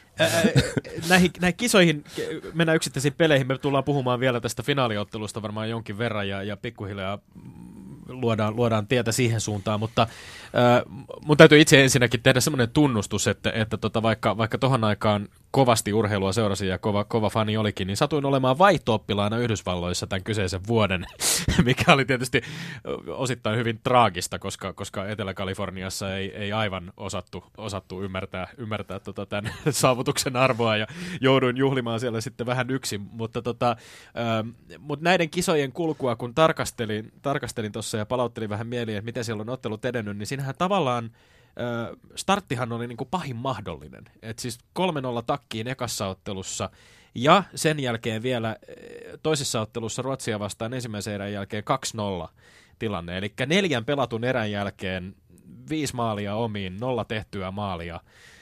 Näihin, näihin kisoihin, mennään yksittäisiin peleihin, me tullaan puhumaan vielä tästä finaaliottelusta varmaan jonkin verran ja, ja pikkuhiljaa luodaan, luodaan tietä siihen suuntaan, mutta äh, mun täytyy itse ensinnäkin tehdä semmoinen tunnustus, että, että tota, vaikka, vaikka tohon aikaan kovasti urheilua seurasin ja kova, kova fani olikin, niin satuin olemaan vaihto-oppilaana Yhdysvalloissa tämän kyseisen vuoden, mikä oli tietysti osittain hyvin traagista, koska, koska Etelä-Kaliforniassa ei, ei aivan osattu, osattu ymmärtää, ymmärtää tota tämän saavutuksen arvoa ja jouduin juhlimaan siellä sitten vähän yksin, mutta tota, ähm, mut näiden kisojen kulkua, kun tarkastelin tarkastelin tuossa ja palauttelin vähän mieliin, että miten siellä on ottelut edennyt, niin siinähän tavallaan starttihan oli niin kuin pahin mahdollinen. Et siis kolme nolla takkiin ekassa ottelussa ja sen jälkeen vielä toisessa ottelussa Ruotsia vastaan ensimmäisen erän jälkeen kaksi nolla tilanne. Eli neljän pelatun erän jälkeen viisi maalia omiin, nolla tehtyä maalia.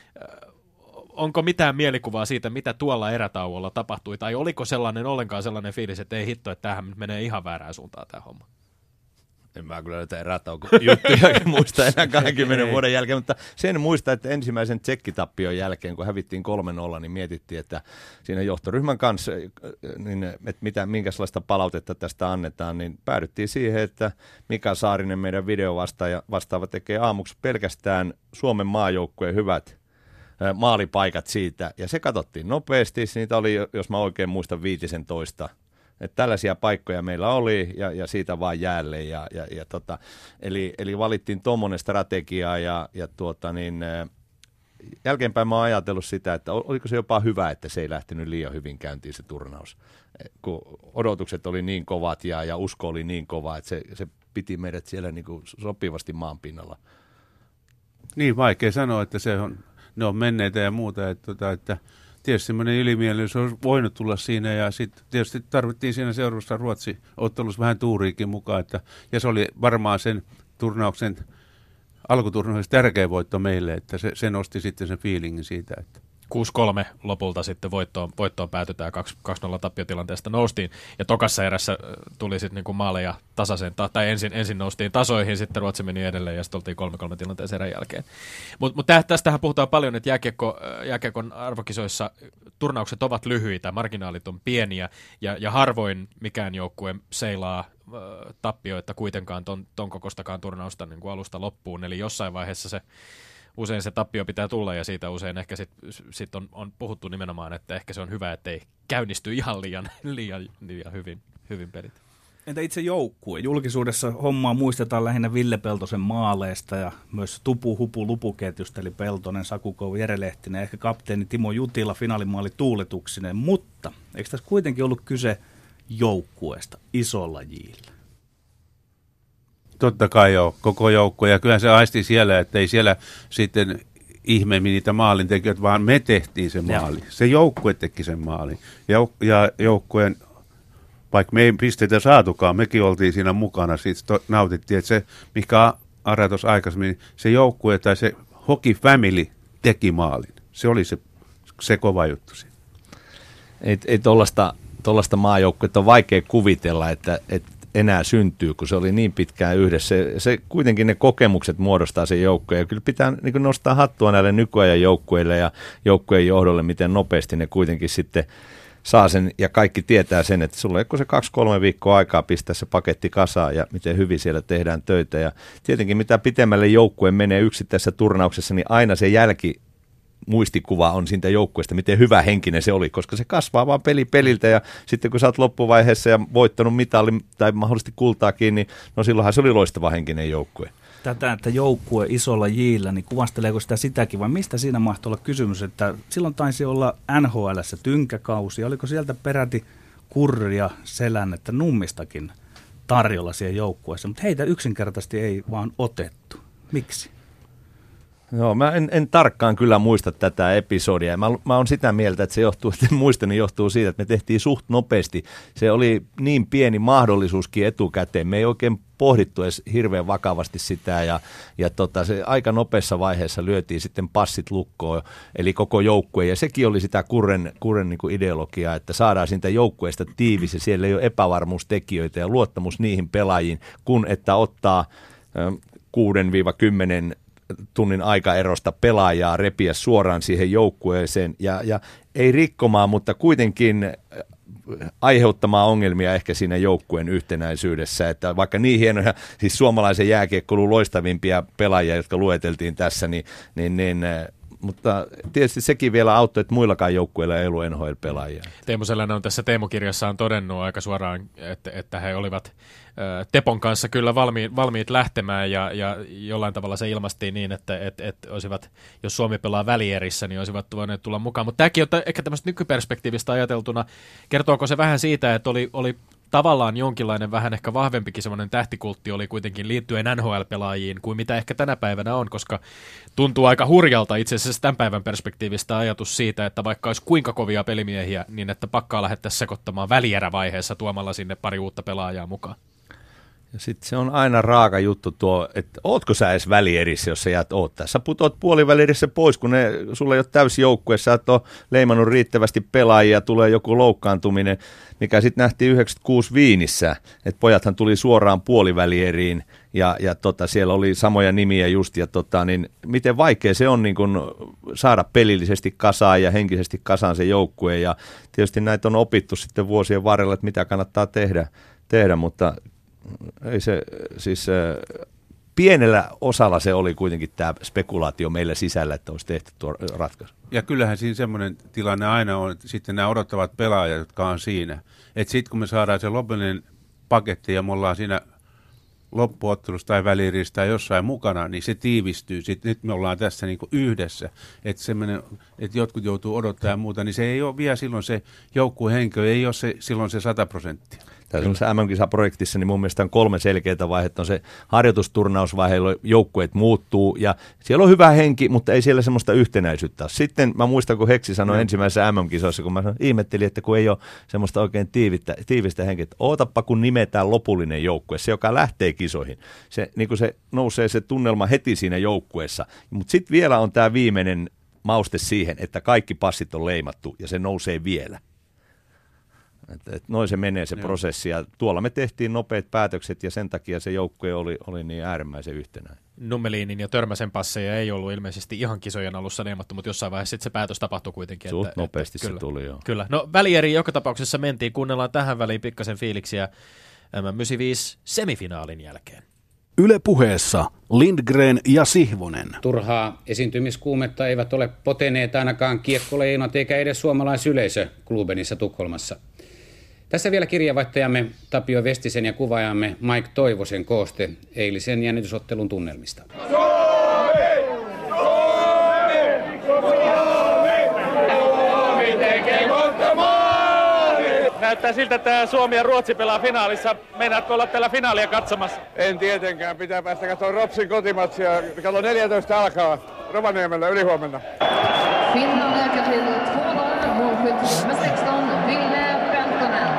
Onko mitään mielikuvaa siitä, mitä tuolla erätauolla tapahtui, tai oliko sellainen ollenkaan sellainen fiilis, että ei hitto, että tämähän menee ihan väärään suuntaan tämä homma?
En mä kyllä näitä erätauko-juttuja muista enää kaksikymmentä vuoden jälkeen, mutta sen muista, että ensimmäisen tsekkitappion jälkeen, kun hävittiin kolme nolla, niin mietittiin, että siinä johtoryhmän kanssa, niin, että mitä, minkälaista palautetta tästä annetaan, niin päädyttiin siihen, että Mika Saarinen, meidän videovastaava, tekee aamuksi pelkästään Suomen maajoukkueen hyvät maalipaikat siitä, ja se katsottiin nopeasti, niitä oli, jos mä oikein muistan, viisitoista. Että tällaisia paikkoja meillä oli ja, ja siitä vaan jäälle. Ja, ja, ja tota, eli, eli valittiin tuommoinen strategia ja, ja tuota niin, jälkeenpäin mä oon ajatellut sitä, että oliko se jopa hyvä, että se ei lähtenyt liian hyvin käyntiin se turnaus. Kun odotukset oli niin kovat ja, ja usko oli niin kova, että se, se piti meidät siellä niin kuin sopivasti maanpinnalla.
Niin, vaikea sanoa, että se on, ne on menneitä ja muuta, että, että, että tietysti semmoinen ylimielisyys olisi voinut tulla siinä ja sitten tietysti tarvittiin siinä seuraavassa Ruotsi-ottelussa vähän tuuriikin mukaan. Että, ja se oli varmaan sen turnauksen, alkuturnauksen tärkeä voitto meille, että se, se nosti sitten sen fiilingin siitä. Että
kuusi kolme lopulta sitten voittoon, voittoon päätytään, kaksi nolla tappiotilanteesta noustiin. Ja tokassa erässä tuli sitten niinku maaleja tasaisen, tai ensin, ensin noustiin tasoihin, sitten Ruotsi meni edelleen ja sitten oltiin kolme kolme tilanteessa erän jälkeen. Mutta mut tästähän puhutaan paljon, että jääkiekko, jääkiekon arvokisoissa turnaukset ovat lyhyitä, marginaalit on pieniä ja, ja harvoin mikään joukkue seilaa äh, tappioita kuitenkaan ton, ton kokostakaan turnausta niin kuin alusta loppuun. Eli jossain vaiheessa se usein se tappio pitää tulla ja siitä usein ehkä sitten sit on, on puhuttu nimenomaan, että ehkä se on hyvä, ettei käynnisty ihan liian, liian, liian hyvin, hyvin pelit.
Entä itse joukkue? Julkisuudessa hommaa muistetaan lähinnä Ville Peltosen maaleista ja myös Tupu Hupu Lupuketjusta, eli Peltonen, Sakukov, Jere Lehtinen, ehkä kapteeni Timo Jutila, finaalimaali tuuletuksineen, mutta eikö tässä kuitenkin ollut kyse joukkueesta isolla jillä?
Totta kai joo, koko joukkue, ja kyllä se aisti siellä, että ei siellä sitten ihmeemmin niitä maalintekijöitä, vaan me tehtiin se maali. Se joukkue teki sen maalin. Jouk- ja joukkueen, vaikka me ei pisteitä saatukaan, mekin oltiin siinä mukana, siitä to- nautittiin, että se, mikä Ara tuossa aikaisemmin, se joukkue tai se Hockey Family teki maalin. Se oli se, se kova juttu siinä.
Ei, ei tuollaista maajoukkuetta on vaikea kuvitella, että, että enää syntyy, kun se oli niin pitkään yhdessä. Se, se kuitenkin ne kokemukset muodostaa sen joukkueen. Ja kyllä pitää niin kuin nostaa hattua näille nykyajan joukkueille ja joukkueen johdolle, miten nopeasti ne kuitenkin sitten saa sen, ja kaikki tietää sen, että sulla ei ole se kaksi kolme viikkoa aikaa pistää se paketti kasaan ja miten hyvin siellä tehdään töitä. Ja tietenkin mitä pitemmälle joukkue menee yksittäisessä turnauksessa, niin aina se jälki muistikuva on siitä joukkueesta, miten hyvä henkinen se oli, koska se kasvaa vaan peli peliltä ja sitten kun sä oot loppuvaiheessa ja voittanut mitallin tai mahdollisesti kultaakin, niin no silloinhan se oli loistava henkinen joukkue.
Tätä, että joukkue isolla jillä, niin kuvasteleeko sitä sitäkin vai mistä siinä mahtoi olla kysymys, että silloin taisi olla N H L:ssä tynkäkausi, oliko sieltä peräti Kurria, Selännettä, Nummistakin tarjolla siihen joukkueessa, mutta heitä yksinkertaisesti ei vaan otettu. Miksi?
Joo, mä en, en tarkkaan kyllä muista tätä episodia. Mä, mä oon sitä mieltä, että se johtuu, että muista, niin johtuu siitä, että me tehtiin suht nopeasti. Se oli niin pieni mahdollisuuskin etukäteen. Me ei oikein pohdittu edes hirveän vakavasti sitä ja, ja tota, se aika nopeassa vaiheessa lyötiin sitten passit lukkoon, eli koko joukkue. Ja sekin oli sitä Kurren, Kurren niin kuin ideologiaa, että saadaan siitä joukkueesta tiivis ja siellä ei ole epävarmuustekijöitä ja luottamus niihin pelaajiin, kun että ottaa kuuden kymmenen tunnin aikaerosta pelaajaa repiä suoraan siihen joukkueeseen ja, ja ei rikkomaan, mutta kuitenkin aiheuttamaan ongelmia ehkä siinä joukkueen yhtenäisyydessä, että vaikka niin hienoja, siis suomalaisen jääkiekkoilun loistavimpia pelaajia, jotka lueteltiin tässä, niin, niin, niin mutta tietysti sekin vielä auttoi, että muillakaan joukkueilla ei ollut N H L-pelaajia.
Teemu Selänne on tässä Teemu-kirjassaan todennut aika suoraan, että, että he olivat ä, Tepon kanssa kyllä valmiit, valmiit lähtemään ja, ja jollain tavalla se ilmastiin niin, että, että, että olisivat, jos Suomi pelaa välierissä, niin olisivat voineet tulla mukaan. Mutta tämäkin on ehkä tämmöistä nykyperspektiivistä ajateltuna. Kertooko se vähän siitä, että oli, oli tavallaan jonkinlainen vähän ehkä vahvempikin semmoinen tähtikultti oli kuitenkin liittyen N H L-pelaajiin kuin mitä ehkä tänä päivänä on, koska tuntuu aika hurjalta itse asiassa tämän päivän perspektiivistä ajatus siitä, että vaikka olisi kuinka kovia pelimiehiä, niin että pakkaa lähettäisiin sekoittamaan välierävaiheessa tuomalla sinne pari uutta pelaajaa mukaan.
Ja sitten se on aina raaka juttu tuo, että ootko sä edes välierissä, jos sä jäät oottaa. Sä putoat puolivälierissä pois, kun ne, sulla ei ole täysi joukkue, sä et ole leimannut riittävästi pelaajia, tulee joku loukkaantuminen, mikä sitten nähtiin yhdeksänkymmentäkuusi Viinissä, että pojathan tuli suoraan puolivälieriin ja, ja tota, siellä oli samoja nimiä just, ja tota, niin miten vaikea se on niin kun saada pelillisesti kasaan ja henkisesti kasaan se joukkue, ja tietysti näitä on opittu sitten vuosien varrella, että mitä kannattaa tehdä, tehdä mutta ei se, siis pienellä osalla se oli kuitenkin tämä spekulaatio meillä sisällä, että olisi tehty tuo ratkaisu.
Ja kyllähän siinä semmoinen tilanne aina on, että sitten nämä odottavat pelaajat, jotka on siinä. Että sitten kun me saadaan se lopullinen paketti ja me ollaan siinä loppuottelussa tai välierissä tai jossain mukana, niin se tiivistyy. Sitten nyt me ollaan tässä niin kuin yhdessä. Että semmoinen, että jotkut joutuu odottaa ja muuta, niin se ei ole vielä silloin se joukkuehenkilö, ei ole se, silloin se sata prosenttia.
Tässä M M-kisaprojektissa niin mun mielestä on kolme selkeää vaihetta. On se harjoitusturnausvaihe, jolloin joukkueet muuttuu ja siellä on hyvä henki, mutta ei siellä semmoista yhtenäisyyttä. Sitten mä muistan, kun Heksi sanoi mm. ensimmäisessä M M-kisoissa, kun mä sanoin, ihmettelin, että kun ei ole semmoista oikein tiivistä, tiivistä henkeä, että ootappa kun nimetään lopullinen joukkue, se joka lähtee kisoihin. Se, niin kuin se nousee se tunnelma heti siinä joukkueessa, mutta sitten vielä on tämä viimeinen mauste siihen, että kaikki passit on leimattu ja se nousee vielä. Että et noin se menee se Joo. prosessi, ja tuolla me tehtiin nopeat päätökset, ja sen takia se joukkue oli, oli niin äärimmäisen yhtenäinen.
Nummeliinin ja Törmäsen passeja ei ollut ilmeisesti ihan kisojen alussa neemattu, mutta jossain vaiheessa sitten se päätös tapahtui kuitenkin.
Suht
että,
nopeasti
että,
se
kyllä,
tuli, joo.
Kyllä. No välieri joka tapauksessa mentiin, kuunnellaan tähän väliin pikkasen fiiliksiä M M yhdeksänkymmentäviisi semifinaalin jälkeen.
Yle Puheessa Lindgren ja Sihvonen.
Turhaa esiintymiskuumetta eivät ole poteneet ainakaan kiekkoleinot eikä edes suomalaisyleisö Klubenissa Tukholmassa. Tässä vielä kirjavaihtajamme Tapio Vestisen ja kuvaajamme Mike Toivosen kooste eilisen jännitysottelun tunnelmista.
Suomi! Suomi! Suomi tekee monta maalia! Näyttää siltä, että Suomi ja Ruotsi pelaa finaalissa. Meinaatko olla tällä finaalia katsomassa?
En tietenkään. Pitää päästä katsomaan Ropsin kotimatsia. Kello neljätoista alkaa Rovaniemellä ylihuomenna.
Finland ökar till två noll. Målskytt med sexton, Ville Peltonen.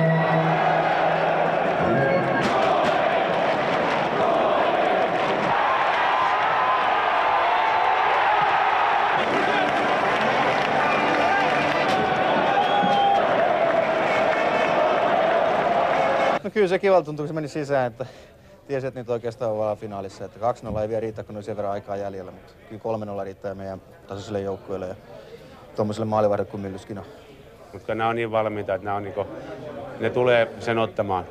No kyllä se kivalta tuntui, kun se meni sisään, että tiesi, että nyt oikeastaan ollaan finaalissa. Että kaksi nolla ei vielä riitä, kun on sen verran aikaa jäljellä, mutta kyllä kolme nolla riittää meidän tasaiselle joukkueelle ja tuommoiselle maalivahdelle kuin Myllyskin on.
Mutta nämä on niin valmiita, että nämä on niinku, ne tulee sen ottamaan.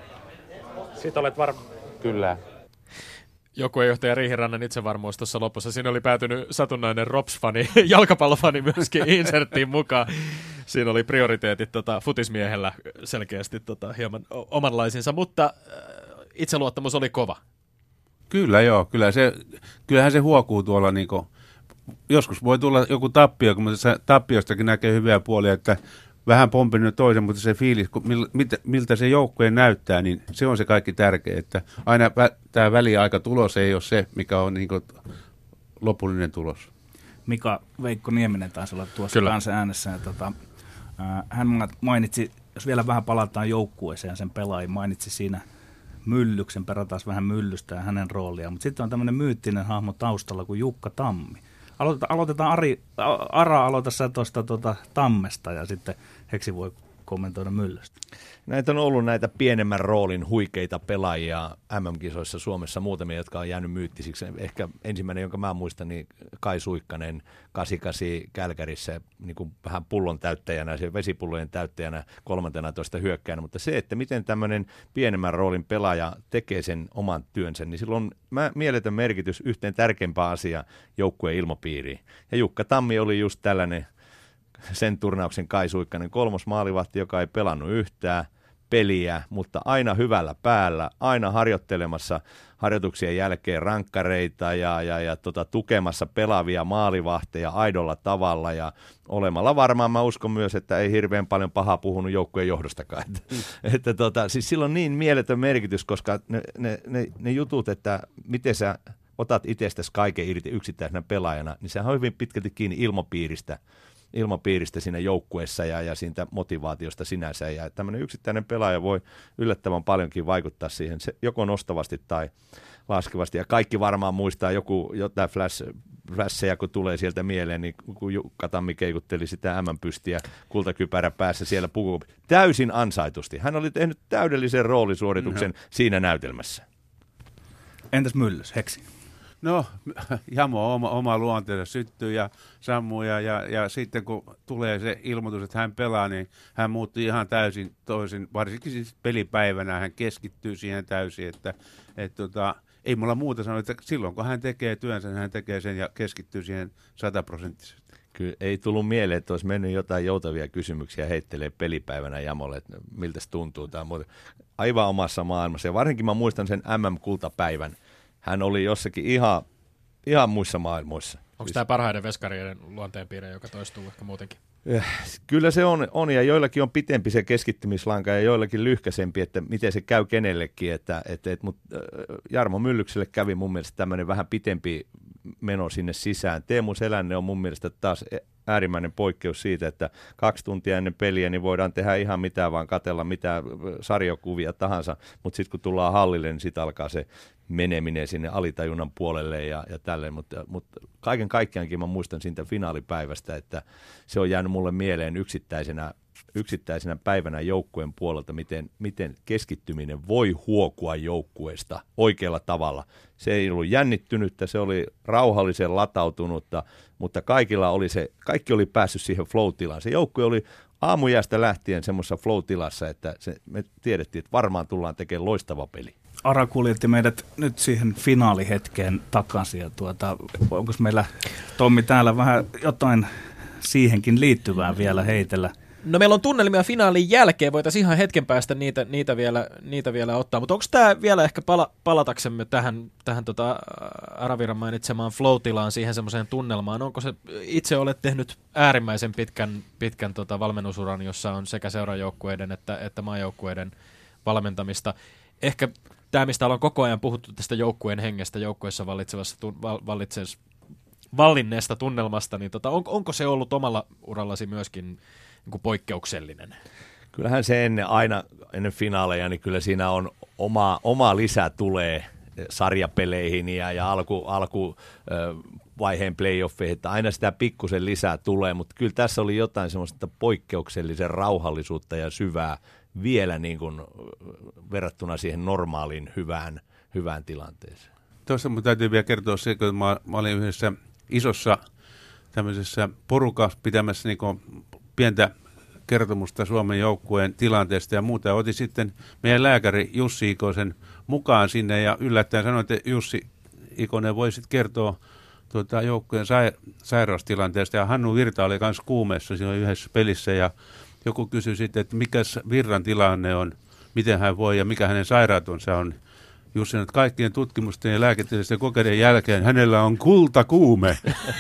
Siitä olet varma?
Kyllä.
Joukkuejohtaja Riihirannan itsevarmuus tuossa lopussa. Siinä oli päätynyt satunnainen Rops-fani, jalkapallofani myöskin inserttiin mukaan. Siinä oli prioriteetit tota, futismiehellä selkeästi tota, hieman omanlaisinsa, mutta äh, itseluottamus oli kova.
Kyllä joo, kyllä se, kyllähän se huokuu tuolla, niin kuin, joskus voi tulla joku tappio, kun se tappiostakin näkee hyviä puolia, että vähän pompinut toisen, mutta se fiilis, mil, miltä, miltä se joukkueen näyttää, niin se on se kaikki tärkeä, että aina vä, tämä väliaikatulos ei ole se, mikä on niin kuin lopullinen tulos.
Mika Veikko Nieminen taisi olla tuossa
Kyllä.
kanssa äänessä. Ja tota, ää, hän mainitsi, jos vielä vähän palataan joukkueeseen ja sen pelaajiin, mainitsi siinä Myllyksen, perataan vähän Myllystä ja hänen rooliaan. Mutta sitten on tämmöinen myyttinen hahmo taustalla kuin Jukka Tammi. Aloitetaan, aloitetaan Ari, Ara, aloita sä tuosta tuota Tammesta ja sitten Heksi voi kommentoida Myllystä.
Näitä on ollut näitä pienemmän roolin huikeita pelaajia M M-kisoissa Suomessa, muutamia, jotka on jäänyt myyttisiksi. Ehkä ensimmäinen, jonka mä muistan, niin Kai Suikkanen kahdeksankymmentäkahdeksan Kälkärissä niin kuin vähän pullon täyttäjänä, vesipullojen täyttäjänä, kolmantena toista hyökkäänä. Mutta se, että miten tämmöinen pienemmän roolin pelaaja tekee sen oman työnsä, niin sillä on mieletön merkitys yhteen tärkeimpään asiaan joukkueen ilmapiiriin. Ja Jukka Tammi oli just tällainen sen turnauksen Kai Suikkanen kolmos maalivahti, joka ei pelannut yhtään peliä, mutta aina hyvällä päällä, aina harjoittelemassa harjoituksien jälkeen rankkareita ja, ja, ja tota, tukemassa pelaavia maalivahteja aidolla tavalla ja olemalla varmaan mä uskon myös, että ei hirveän paljon pahaa puhunut joukkueen johdostakaan. Että, mm. että tota, siis sillä on niin mieletön merkitys, koska ne, ne, ne, ne jutut, että miten sä otat itsestäsi kaiken irti yksittäisenä pelaajana, niin sehän on hyvin pitkälti kiinni ilmapiiristä ilmapiiristä siinä joukkueessa ja, ja siitä motivaatiosta sinänsä. Ja tämmöinen yksittäinen pelaaja voi yllättävän paljonkin vaikuttaa siihen, se, joko nostavasti tai laskevasti. Ja kaikki varmaan muistaa joku, jotain flash, flasheja, kun tulee sieltä mieleen, niin kun Jukka Tammi keikutteli sitä ämmänpystiä kultakypärä päässä siellä puku. Täysin ansaitusti. Hän oli tehnyt täydellisen roolisuorituksen no. siinä näytelmässä.
Entäs Myllys, Heksi?
No, Jamo oma, oma luonteensa syttyy ja sammuu ja, ja, ja sitten kun tulee se ilmoitus, että hän pelaa, niin hän muuttui ihan täysin toisin, varsinkin siis pelipäivänä hän keskittyy siihen täysin, että et, tota, ei mulla muuta sanoa, että silloin kun hän tekee työnsä, niin hän tekee sen ja keskittyy siihen sataprosenttisesti.
Kyllä ei tullut mieleen, että olisi mennyt jotain joutavia kysymyksiä heittelee pelipäivänä Jamolle, että miltä se tuntuu tai muuta. Aivan omassa maailmassa ja varsinkin mä muistan sen M M-kultapäivän. Hän oli jossakin ihan, ihan muissa maailmoissa.
Onko siis tämä parhaiden veskarien luonteenpiirre, joka toistuu ehkä muutenkin?
Kyllä se on, on ja joillakin on pitempi se keskittymislanka ja joillakin lyhkäisempi, että miten se käy kenellekin. Että, että, että, mutta Jarmo Myllykselle kävi mun mielestä tämmöinen vähän pitempi meno sinne sisään. Teemu Selänne on mun mielestä taas äärimmäinen poikkeus siitä, että kaksi tuntia ennen peliä niin voidaan tehdä ihan mitään, vaan katsella mitä sarjakuvia tahansa, mutta sitten kun tullaan hallille, niin sitten alkaa se meneminen sinne alitajunnan puolelle ja, ja tälleen, mutta, mutta kaiken kaikkiaankin mä muistan siitä finaalipäivästä, että se on jäänyt mulle mieleen yksittäisenä, yksittäisenä päivänä joukkueen puolelta, miten, miten keskittyminen voi huokua joukkueesta oikealla tavalla. Se ei ollut jännittynyttä, se oli rauhallisen latautunutta, mutta kaikilla oli se, kaikki oli päässyt siihen flow-tilaan. Se joukkue oli aamujäästä lähtien semmoisessa flow-tilassa, että se, me tiedettiin, että varmaan tullaan tekemään loistava peli.
Ara kuljetti meidät nyt siihen finaalihetkeen takaisin. Ja tuota, onko meillä, Tommi, täällä vähän jotain siihenkin liittyvää vielä heitellä?
No meillä on tunnelmia finaalin jälkeen, voitaisiin ihan hetken päästä niitä, niitä, vielä, niitä vielä ottaa, mutta onko tämä vielä ehkä pala, palataksemme tähän, tähän tota Araviran mainitsemaan flow-tilaan, siihen semmoiseen tunnelmaan, onko se, itse olet tehnyt äärimmäisen pitkän, pitkän tota valmennusuran, jossa on sekä seurajoukkueiden että, että maajoukkueiden valmentamista. Ehkä tämä, mistä ollaan koko ajan puhuttu tästä joukkueen hengestä, joukkueessa vallitsevassa, vallitsevassa, vallinneesta tunnelmasta, niin tota, on, onko se ollut omalla urallasi myöskin niin kuin poikkeuksellinen?
Kyllähän se ennen, aina ennen finaaleja, niin kyllä siinä on oma, oma lisä tulee sarjapeleihin ja, ja alku, alku äh, vaiheen playoffeihin, että aina sitä pikkusen lisää tulee, mutta kyllä tässä oli jotain semmoista poikkeuksellisen rauhallisuutta ja syvää vielä niin kuin verrattuna siihen normaaliin hyvään, hyvään tilanteeseen.
Tuossa minun täytyy vielä kertoa se, kun mä, mä olin yhdessä isossa tämmöisessä porukassa pitämässä niin kuin pientä kertomusta Suomen joukkueen tilanteesta ja muuta. Ja otin sitten meidän lääkäri Jussi Ikosen mukaan sinne ja yllättäen sanoin, että Jussi Ikonen voi sitten kertoa tuota, joukkueen sa- sairaustilanteesta. Ja Hannu Virta oli myös kuumeessa siinä yhdessä pelissä ja joku kysyi sitten, että mikä Virran tilanne on, miten hän voi ja mikä hänen sairautensa on. Jussi, että kaikkien tutkimusten ja lääketieteellisten kokeiden jälkeen hänellä on kultakuume.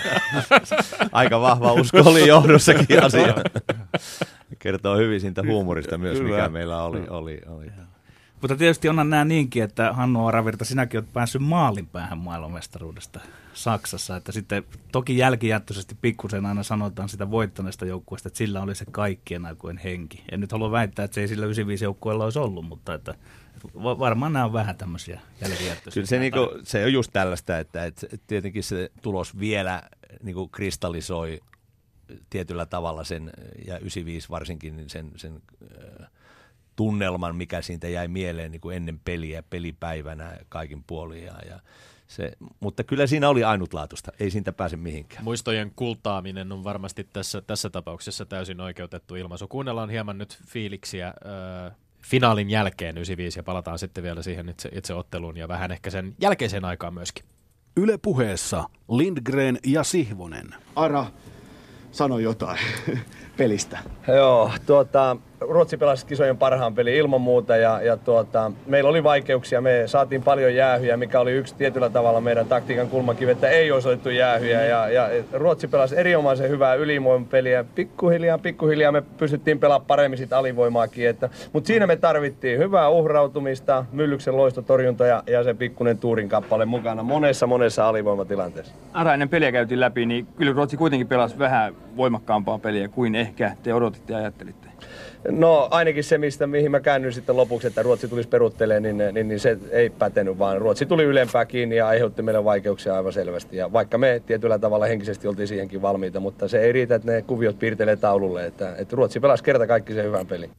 Aika vahva usko oli johdossakin asia. Kertoo hyvin siitä huumorista myös, Kyllä. mikä meillä oli. oli, oli.
Mutta tietysti onhan nämä niinkin, että Hannu Aravirta, sinäkin olet päässyt maalin päähän maailmanmestaruudesta Saksassa. Että sitten toki jälkijättöisesti pikkusen aina sanotaan sitä voittaneesta joukkueesta, että sillä oli se kaikkien aikojen henki. En nyt halua väittää, että se ei sillä yhdeksänkymmentäviisi joukkueella olisi ollut, mutta että varmaan nämä on vähän tämmöisiä jälkijättöisiä.
Kyllä se, niinku, se on just tällaista, että, että tietenkin se tulos vielä niinku kristallisoi tietyllä tavalla sen, ja yhdeksänkymmentäviisi varsinkin niin sen, sen äh, tunnelman, mikä siitä jäi mieleen niin kuin ennen peliä, pelipäivänä kaikin puolin. Ja, ja se, mutta kyllä siinä oli ainutlaatuista, ei siitä pääse mihinkään.
Muistojen kultaaminen on varmasti tässä, tässä tapauksessa täysin oikeutettu ilmaisu. Kuunnellaan hieman nyt fiiliksiä äh, finaalin jälkeen yhdeksänkymmentäviisi ja palataan sitten vielä siihen itse, itse otteluun ja vähän ehkä sen jälkeiseen aikaan myöskin.
Yle Puheessa Lindgren ja Sihvonen.
Ara, sano jotain pelistä.
Joo, tuota,
Ruotsi pelasi kisojen parhaan pelin ilman muuta ja, ja tuota, meillä oli vaikeuksia. Me saatiin paljon jäähyjä, mikä oli yksi tietyllä tavalla meidän taktiikan kulmakivi, että ei osoitettu jäähyjä. Ja, ja Ruotsi pelasi erinomaisen hyvää ylivoimapeliä. Pikkuhiljaa, pikkuhiljaa me pystyttiin pelaamaan paremmin sit alivoimaakin. Että, mutta siinä me tarvittiin hyvää uhrautumista, Myllyksen loistotorjunta ja, ja se pikkuinen tuurin kappale mukana monessa monessa alivoimatilanteessa.
Ara, ennen peliä käytiin läpi, niin kyllä Ruotsi kuitenkin pelasi vähän voimakkaampaa peliä kuin ehkä te odotitte ja ajattelitte.
No ainakin se, mistä, mihin mä käännyin sitten lopuksi, että Ruotsi tulisi peruttelemaan, niin, niin, niin se ei pätenyt, vaan Ruotsi tuli ylempää kiinni ja aiheutti meille vaikeuksia aivan selvästi. Ja vaikka me tietyllä tavalla henkisesti oltiin siihenkin valmiita, mutta se ei riitä, että ne kuviot piirtelee taululle, että, että Ruotsi pelasi kerta kaikki sen hyvän pelin.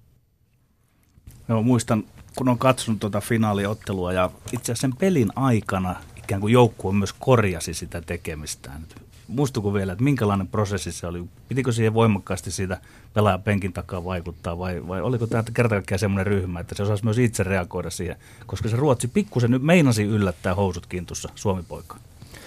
Joo, muistan, kun on katsonut tuota finaaliottelua ja itse asiassa sen pelin aikana ikään kuin joukkue myös korjasi sitä tekemistään. Muistuuko vielä, että minkälainen prosessi se oli? Pitikö siihen voimakkaasti siitä pelaajan penkin takaa vaikuttaa vai, vai oliko tämä kerta kaikkiaan semmoinen ryhmä, että se osasi myös itse reagoida siihen? Koska se Ruotsi pikkusen nyt meinasi yllättää housut kintussa Suomi-poikaa.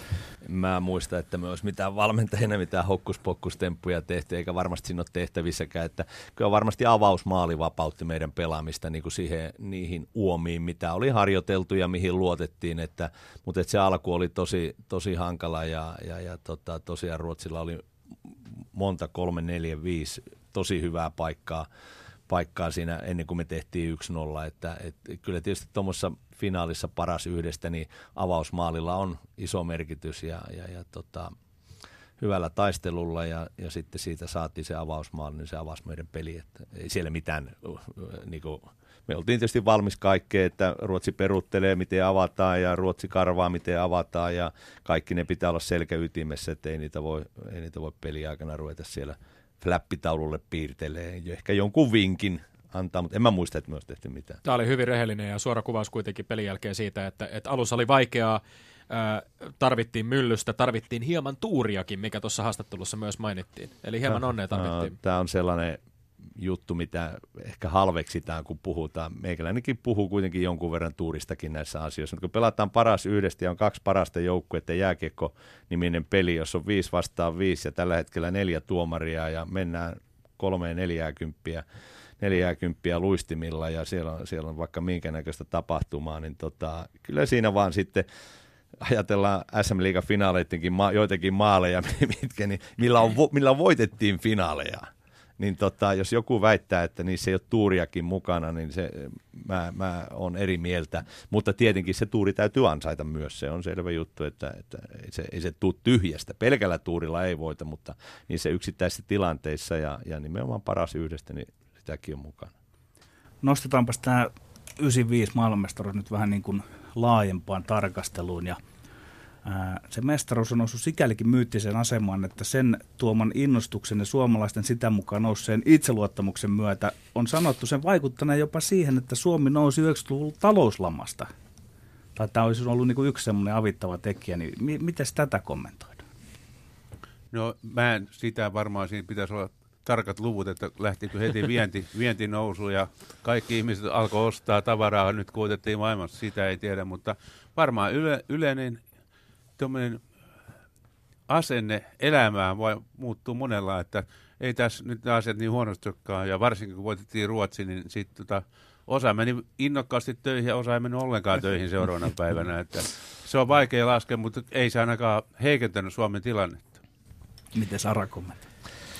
Mä muista, että me olisi mitään valmentajina mitään hokkuspokkustemppuja tehty, eikä varmasti siinä ole tehtävissäkään. Että kyllä varmasti avausmaali vapautti meidän pelaamista niin kuin siihen, niihin uomiin, mitä oli harjoiteltu ja mihin luotettiin. Että, mutta että se alku oli tosi, tosi hankala ja, ja, ja tota, tosiaan Ruotsilla oli monta, kolme, neljä, viisi tosi hyvää paikkaa, paikkaa siinä ennen kuin me tehtiin yksi nolla. Että, että kyllä tietysti tuommoisessa finaalissa paras yhdestä, niin avausmaalilla on iso merkitys ja, ja, ja tota, hyvällä taistelulla ja, ja sitten siitä saatiin se avausmaali, niin se avasi meidän peli. Että ei siellä mitään, niin kuin, me oltiin tietysti valmis kaikkeen, että Ruotsi peruttelee, miten avataan ja Ruotsi karvaa, miten avataan ja kaikki ne pitää olla selkäytimessä, että ei niitä voi, ei niitä voi peliaikana ruveta siellä fläppitaululle piirtelee. Ehkä jonkun vinkin antaa, mutta en mä muista, että me olisi tehty mitään.
Tämä oli hyvin rehellinen ja suora kuvaus kuitenkin pelin jälkeen siitä, että, että alussa oli vaikeaa, ää, tarvittiin myllystä, tarvittiin hieman tuuriakin, mikä tuossa haastattelussa myös mainittiin. Eli hieman onnea tarvittiin.
Tämä on sellainen juttu, mitä ehkä halveksitaan, kun puhutaan. Meikäläinenkin puhuu kuitenkin jonkun verran tuuristakin näissä asioissa. Mutta kun pelataan paras yhdestä ja on kaksi parasta joukkuetta, jääkiekko-niminen peli, jossa on viisi vastaan viisi ja tällä hetkellä neljä tuomaria ja mennään kolmeen neljääkymppiä, neljääkymppiä luistimilla ja siellä on, siellä on vaikka minkä näköistä tapahtumaa, niin tota, kyllä siinä vaan sitten ajatellaan S M-liigan finaaleittenkin ma- joitakin maaleja, mitkä, niin, millä, on vo- millä voitettiin finaaleja. Niin tota, jos joku väittää, että niissä ei ole tuuriakin mukana, niin se, mä, mä oon eri mieltä. Mutta tietenkin se tuuri täytyy ansaita myös. Se on selvä juttu, että, että ei se, ei se tule tyhjästä. Pelkällä tuurilla ei voita, mutta niissä yksittäisissä tilanteissa ja, ja nimenomaan paras yhdestä, niin sitäkin on mukana.
Nostetaanpas tämä yhdeksänkymmentäviisi maailmanmestaruus nyt vähän niin kuin laajempaan tarkasteluun ja se mestaruus on noussut sikälikin myyttiseen asemaan, että sen tuoman innostuksen ja suomalaisten sitä mukaan nousseen itseluottamuksen myötä on sanottu sen vaikuttaneen jopa siihen, että Suomi nousi yhdeksänkymmentäluvun talouslamasta. Tai tämä olisi ollut niin kuin yksi semmoinen avittava tekijä, niin mi- miten tätä kommentoidaan?
No mä en sitä varmaan, siinä pitäisi olla tarkat luvut, että lähtikö heti vienti, vienti nousu ja kaikki ihmiset alkoi ostaa tavaraa, nyt kuotettiin maailmassa, sitä ei tiedä, mutta varmaan yle, yleinen tuommoinen asenne elämään voi muuttuu monella, että ei tässä nyt ne asiat niin huonosti olekaan, ja varsinkin kun voitettiin Ruotsi, niin sitten tota, osa meni innokkaasti töihin ja osa ei mennyt ollenkaan töihin seuraavana päivänä, että se on vaikea laskea, mutta ei se ainakaan heikentänyt Suomen tilannetta.
Miten Sara kommentoi?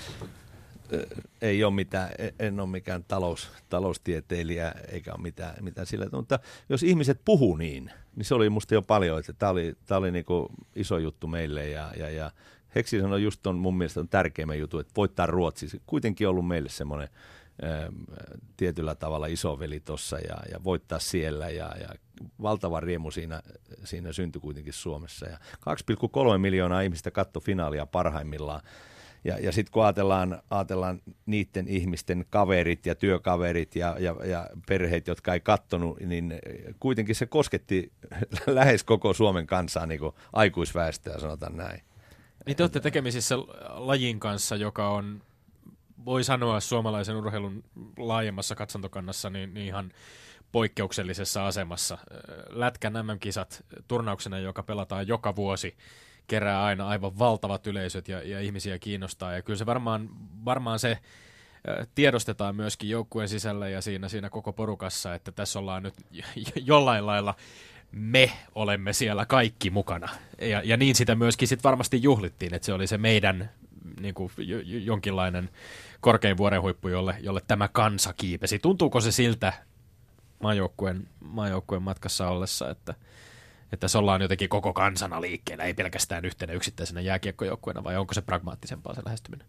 Ei ole mitään, en ole mikään talous, taloustieteilijä eikä ole mitään, mitään sillä, mutta jos ihmiset puhuu niin, niin se oli musta jo paljon, että tämä oli, tämä oli niin kuin iso juttu meille ja, ja, ja Heksi sanoi just on mun mielestä on tärkeimmän juttu, että voittaa Ruotsi. Se kuitenkin ollut meille semmoinen ää, tietyllä tavalla isoveli tuossa ja, ja voittaa siellä ja, ja valtava riemu siinä, siinä syntyi kuitenkin Suomessa. Ja kaksi pilkku kolme miljoonaa ihmistä katsoi finaalia parhaimmillaan. Ja, ja sitten kun ajatellaan, ajatellaan niiden ihmisten kaverit ja työkaverit ja, ja, ja perheet, jotka ei kattonut, niin kuitenkin se kosketti lähes koko Suomen kansaa, niin kuin aikuisväestöä, sanotaan näin.
Niin te olette tekemisissä lajin kanssa, joka on, voi sanoa suomalaisen urheilun laajemmassa katsantokannassa, niin, niin ihan poikkeuksellisessa asemassa. Lätkän M M-kisat turnauksena, joka pelataan joka vuosi, kerää aina aivan valtavat yleisöt ja, ja ihmisiä kiinnostaa. Ja kyllä se varmaan, varmaan se tiedostetaan myöskin joukkueen sisällä ja siinä, siinä koko porukassa, että tässä ollaan nyt jollain lailla, me olemme siellä kaikki mukana. Ja, ja niin sitä myöskin sit varmasti juhlittiin, että se oli se meidän niin kuin, jonkinlainen korkein vuorenhuippu, jolle, jolle tämä kansa kiipesi. Tuntuuko se siltä maajoukkueen, maajoukkueen matkassa ollessa, että, että se ollaan jotenkin koko kansana liikkeellä, ei pelkästään yhtenä yksittäisenä jääkiekkojoukkueena, vai onko se pragmaattisempaa se lähestyminen?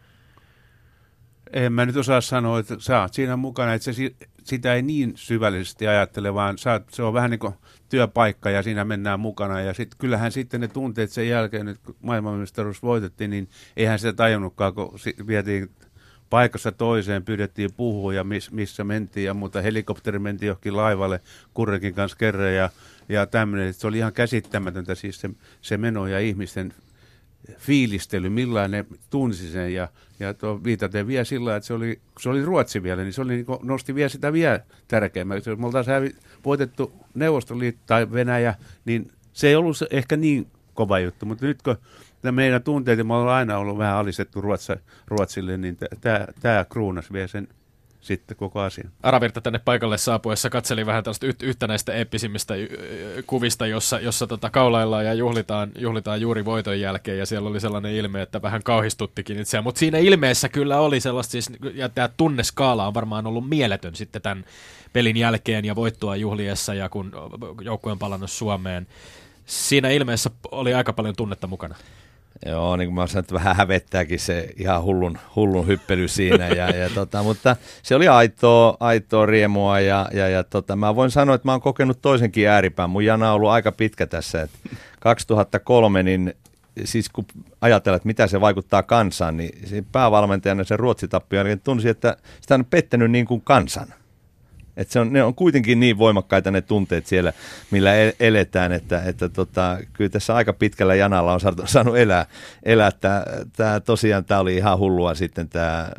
En mä nyt osaa sanoa, että sä oot siinä mukana, että se, sitä ei niin syvällisesti ajattele, vaan sä, se on vähän niin kuin työpaikka ja siinä mennään mukana. Ja sit, kyllähän sitten ne tunteet sen jälkeen, että kun maailmanmestaruus voitettiin, niin eihän sitä tajunnutkaan, kun vietiin paikassa toiseen, pyydettiin puhua ja miss, missä mentiin ja muuta. Helikopteri mentiin johonkin laivalle Kurrekin kanssa kerran ja, ja tämmöinen. Se oli ihan käsittämätöntä siis se, se meno ja ihmisten fiilistely, millainen tunsi sen ja, ja tuo viitaten vielä sillä, että se oli, se oli Ruotsi vielä, niin se oli, niin nosti vielä sitä vielä tärkeämmäksi. Jos me oltaisiin voitettu Neuvostoliitto tai Venäjä, niin se ei ollut ehkä niin kova juttu, mutta nyt kun meidän tunteet, me ollaan aina ollut vähän alistettu Ruotsa, Ruotsille, niin tämä kruunas vie sen sitten koko asia.
Aravirta tänne paikalle saapuessa katseli vähän tällaista y- yhtä näistä eeppisimmistä y- kuvista, jossa, jossa tota kaulaillaan ja juhlitaan, juhlitaan juuri voiton jälkeen, ja siellä oli sellainen ilme, että vähän kauhistuttikin itseään, mutta siinä ilmeessä kyllä oli sellaista, siis, ja tämä tunneskaala on varmaan ollut mieletön sitten tämän pelin jälkeen ja voittoa juhliessa, ja kun joukkue on palannut Suomeen. Siinä ilmeessä oli aika paljon tunnetta mukana.
Joo, niin kuin mä sanoin, että vähän hävettääkin se ihan hullun, hullun hyppely siinä, ja, ja tota, mutta se oli aitoa, aitoa riemua, ja, ja, ja tota, mä voin sanoa, että mä oon kokenut toisenkin ääripään. Mun jana on ollut aika pitkä tässä, että kaksituhattakolme, niin siis kun ajatellaan, että mitä se vaikuttaa kansaan, niin päävalmentajana se Ruotsi-tappio, niin tunsi, että sitä on pettänyt niin kuin kansan. Että se on, ne on kuitenkin niin voimakkaita ne tunteet siellä, millä eletään, että, että tota, kyllä tässä aika pitkällä janalla on saanut elää. elää. Tämä, tämä, tosiaan tämä oli ihan hullua sitten tämä,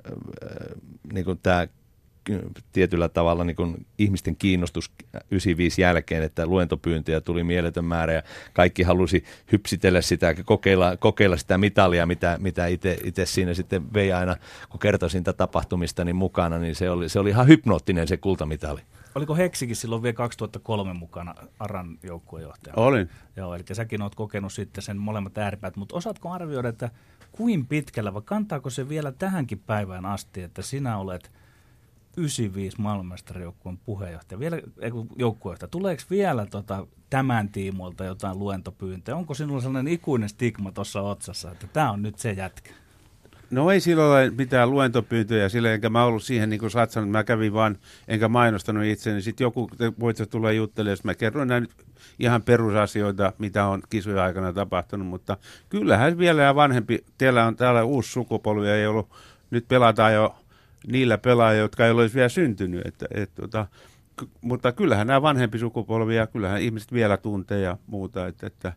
niin kuin tämä tietyllä tavalla niin kuin ihmisten kiinnostus yhdeksänkymmentäviisi jälkeen, että luentopyyntöjä tuli mieletön määrä ja kaikki halusi hypsitellä sitä, kokeilla, kokeilla sitä mitalia, mitä, mitä itse siinä sitten vei aina, kun kertoi siitä tapahtumista niin mukana, niin se oli, se oli ihan hypnoottinen se kultamitali.
Oliko Heksikin silloin vielä kaksituhattakolme mukana Aran joukkuejohtajana?
Olin.
Joo, eli säkin oot kokenut sitten sen molemmat ääripäät, mutta osaatko arvioida, että kuin pitkällä, vai kantaako se vielä tähänkin päivään asti, että sinä olet yhdeksänkymmentäviisi maailmanmestarijoukkueen puheenjohtaja, vielä, joukkuejohtaja. Tuleeko vielä tota, tämän tiimoilta jotain luentopyyntöjä? Onko sinulla sellainen ikuinen stigma tuossa otsassa, että tämä on nyt se jätkä?
No ei sillä ole mitään luentopyyntöjä, sillä enkä mä ollut siihen niin kuin satsannut. Mä kävin vaan, enkä mainostanut itseni. Sitten joku voit tulla juttelemaan, jos mä kerron näin ihan perusasioita, mitä on kisojen aikana tapahtunut. Mutta kyllähän vielä ja vanhempi, teillä on täällä uusi sukupolvi, ei ollut, nyt pelataan jo niillä pelaajilla, jotka ei olisi vielä syntynyt. Että, et, tota, k- mutta kyllähän nämä vanhempi sukupolvi ja kyllähän ihmiset vielä tuntee ja muuta. Että, että.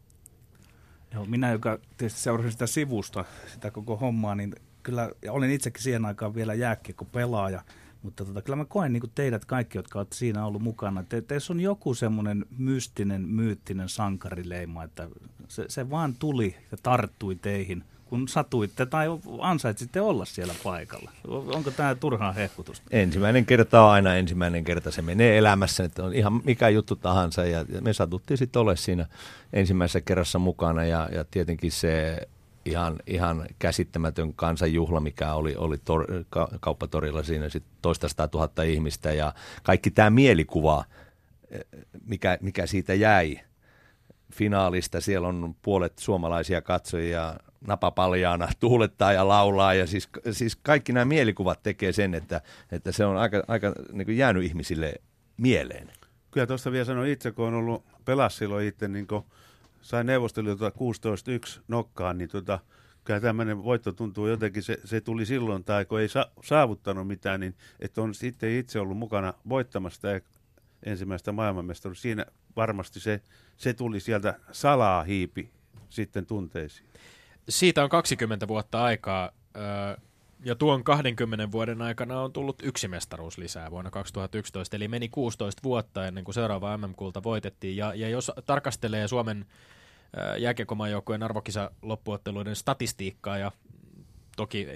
Joo, minä, joka tietysti seurasin sitä sivusta, sitä koko hommaa, niin kyllä, ja olin itsekin siihen aikaan vielä jääkiekko-pelaaja, mutta tota, kyllä mä koen niin kuin teidät kaikki, jotka olette siinä ollut mukana, että teissä on joku semmoinen mystinen, myyttinen sankarileima, että se, se vaan tuli ja tarttui teihin, kun satuitte tai ansaitsitte olla siellä paikalla. Onko tämä turhaa hehkutusta?
Ensimmäinen kerta on aina ensimmäinen kerta. Se menee elämässä, että on ihan mikä juttu tahansa. Ja me satuttiin sitten olla siinä ensimmäisessä kerrassa mukana. Ja, ja tietenkin se ihan, ihan käsittämätön kansanjuhla, mikä oli, oli tor, ka, kauppatorilla siinä sitten toista sata tuhatta ihmistä. Ja kaikki tämä mielikuva, mikä, mikä siitä jäi finaalista. Siellä on puolet suomalaisia katsojia napapaljaana tuulettaa ja laulaa ja siis, siis kaikki nämä mielikuvat tekee sen, että, että se on aika, aika niin kuin jäänyt ihmisille mieleen.
Kyllä tuosta vielä sanoin itse, kun on ollut pelas silloin itse, niin kun sain Neuvostoliitolta kuusitoista yksi nokkaan, niin tota, kyllä tämmöinen voitto tuntuu jotenkin, se, se tuli silloin, tai kun ei sa, saavuttanut mitään, niin että on sitten itse ollut mukana voittamassa sitä ensimmäistä maailmanmestaruutta. Siinä varmasti se, se tuli sieltä salaa hiipi sitten tunteisiin.
Siitä on kaksikymmentä vuotta aikaa, ja tuon kahdenkymmenen vuoden aikana on tullut yksi mestaruus lisää vuonna kaksituhattayksitoista, eli meni kuusitoista vuotta ennen kuin seuraava M M-kulta voitettiin, ja, ja jos tarkastelee Suomen jääkiekkomaajoukkueen arvokisa loppuotteluiden statistiikkaa, ja toki ei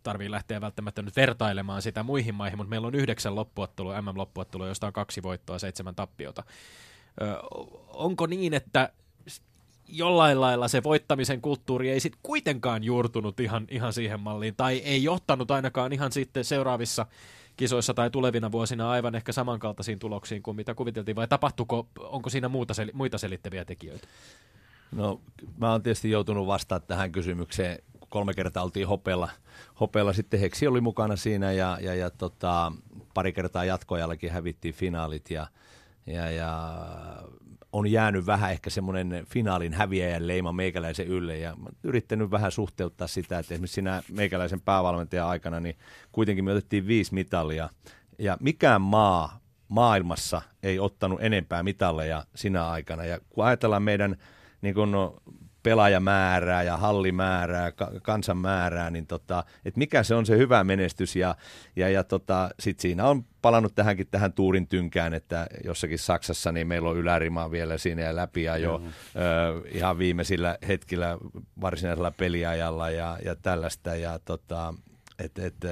tarvii lähteä välttämättä nyt vertailemaan sitä muihin maihin, mutta meillä on yhdeksän loppuottelua, M M-loppuottelua, josta on kaksi voittoa, seitsemän tappiota. Ö, onko niin, että jollain lailla se voittamisen kulttuuri ei sitten kuitenkaan juurtunut ihan, ihan siihen malliin, tai ei johtanut ainakaan ihan sitten seuraavissa kisoissa tai tulevina vuosina aivan ehkä samankaltaisiin tuloksiin kuin mitä kuviteltiin, vai tapahtuuko, onko siinä muuta sel- muita selittäviä tekijöitä?
No, mä oon tietysti joutunut vastaamaan tähän kysymykseen. Kolme kertaa oltiin hopealla. Hopealla sitten Heksi oli mukana siinä ja, ja, ja tota, pari kertaa jatkoajallakin hävittiin finaalit ja, ja, ja on jäänyt vähän ehkä semmoinen finaalin häviäjän leima meikäläisen ylle ja mä yrittänyt vähän suhteuttaa sitä, että esimerkiksi siinä meikäläisen päävalmentajan aikana niin kuitenkin me otettiin viisi mitalia ja mikään maa maailmassa ei ottanut enempää mitalleja sinä aikana ja kun ajatellaan meidän niin kun pelaajamäärää ja hallimäärää, kansanmäärää, niin tota, että mikä se on se hyvä menestys ja, ja, ja tota, sitten siinä on palannut tähänkin tähän tuurin tynkään, että jossakin Saksassa niin meillä on ylärimaa vielä siinä ja läpi ja jo mm-hmm. ö, ihan viimeisillä hetkillä varsinaisella peliajalla ja, ja tällaista ja tota, että et,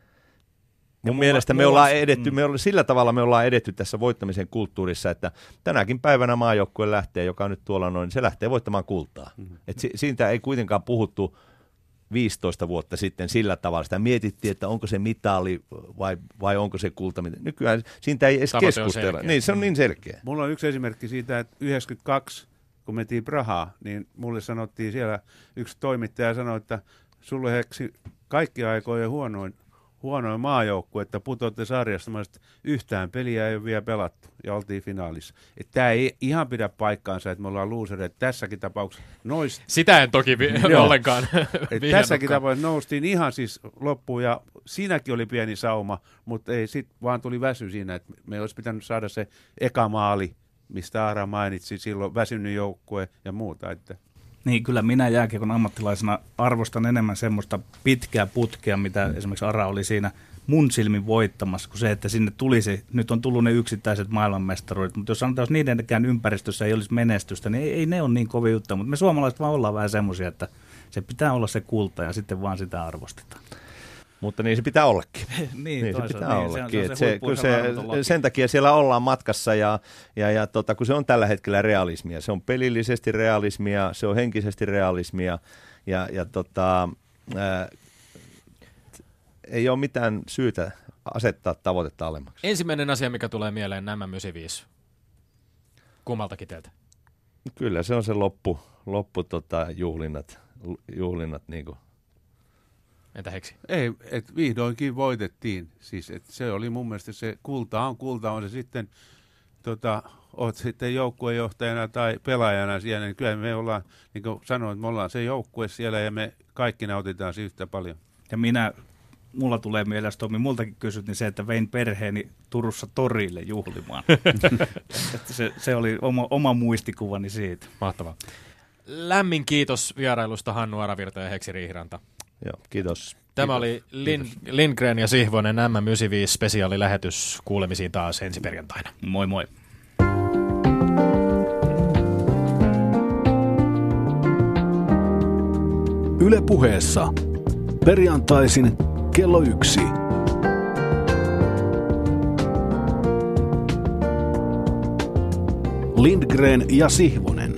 mun mulla, mielestä me ollaan edetty, mm. me ollaan, sillä tavalla me ollaan edetty tässä voittamisen kulttuurissa, että tänäkin päivänä maajoukkue lähtee, joka on nyt tuolla noin, se lähtee voittamaan kultaa. Mm-hmm. Et si, siitä ei kuitenkaan puhuttu viisitoista vuotta sitten sillä tavalla. Sitä mietittiin, että onko se mitali vai, vai onko se kulta. Nykyään siitä ei edes Tavoite keskustella. Niin, se on niin selkeä.
Mulla on yksi esimerkki siitä, että yhdeksänkymmentäkaksi, kun mentiin Prahaan, niin mulle sanottiin siellä, yksi toimittaja sanoi, että sulle Heksi kaikki aikojen huonoin huonoin maajoukkue, että putoatte sarjasta, että yhtään peliä ei ole vielä pelattu ja oltiin finaalissa. Tämä ei ihan pidä paikkaansa, että me ollaan losereita tässäkin tapauksessa. Noist...
Sitä en toki vi- ollenkaan
Tässäkin tapauksessa noustiin ihan siis loppuun ja siinäkin oli pieni sauma, mutta ei sit vaan tuli väsy siinä, että me olisi pitänyt saada se eka maali, mistä Aara mainitsi silloin, väsynyt joukkue ja muuta, että
niin, kyllä minä jääkiekon ammattilaisena arvostan enemmän semmoista pitkää putkea, mitä mm. esimerkiksi Ara oli siinä mun silmin voittamassa, kuin se, että sinne tulisi, nyt on tullut ne yksittäiset maailmanmestaruudet, mutta jos sanotaan, jos niidenkään ympäristössä ei olisi menestystä, niin ei, ei ne ole niin kovin juttuja, mutta me suomalaiset vaan ollaan vähän semmoisia, että se pitää olla se kulta ja sitten vaan sitä arvostetaan.
Mutta niin se pitää ollakin.
niin,
niin se pitää
niin,
ollakin.
Se, se, se,
se, sen takia siellä ollaan matkassa ja, ja, ja tota, kun se on tällä hetkellä realismia. Se on pelillisesti realismia, se on henkisesti realismia ja, ja tota, ää, ei ole mitään syytä asettaa tavoitetta alemmaksi.
Ensimmäinen asia, mikä tulee mieleen, nämä yhdeksänkymmentäviisi. Kummaltakin teiltä?
Kyllä se on se loppu, loppu tota, juhlinnat, juhlinnat niin kuin.
Entä Heksi?
Ei, että vihdoinkin voitettiin. Siis, et se oli mun mielestä se kulta on kulta, on se sitten, tota, oot sitten joukkuejohtajana tai pelaajana siellä, niin kyllä me ollaan, niin kuin sanoin, me ollaan se joukkue siellä ja me kaikki nautitaan siitä yhtä paljon.
Ja minä, mulla tulee mieleen, Tomi, multakin kysyt, niin se, että vein perheeni Turussa torille juhlimaan. että se, se oli oma, oma muistikuvani siitä.
Mahtavaa. Lämmin kiitos vierailusta Hannu Aravirta ja Heksi Riihiranta.
Joo, kiitos.
Tämä
kiitos.
oli Lin, Lindgren ja Sihvonen M M yhdeksänkymmentäviisi spesiaalilähetys. Kuulemisiin taas ensi perjantaina.
Moi moi.
Yle Puheessa. Perjantaisin kello yksi. Lindgren ja Sihvonen.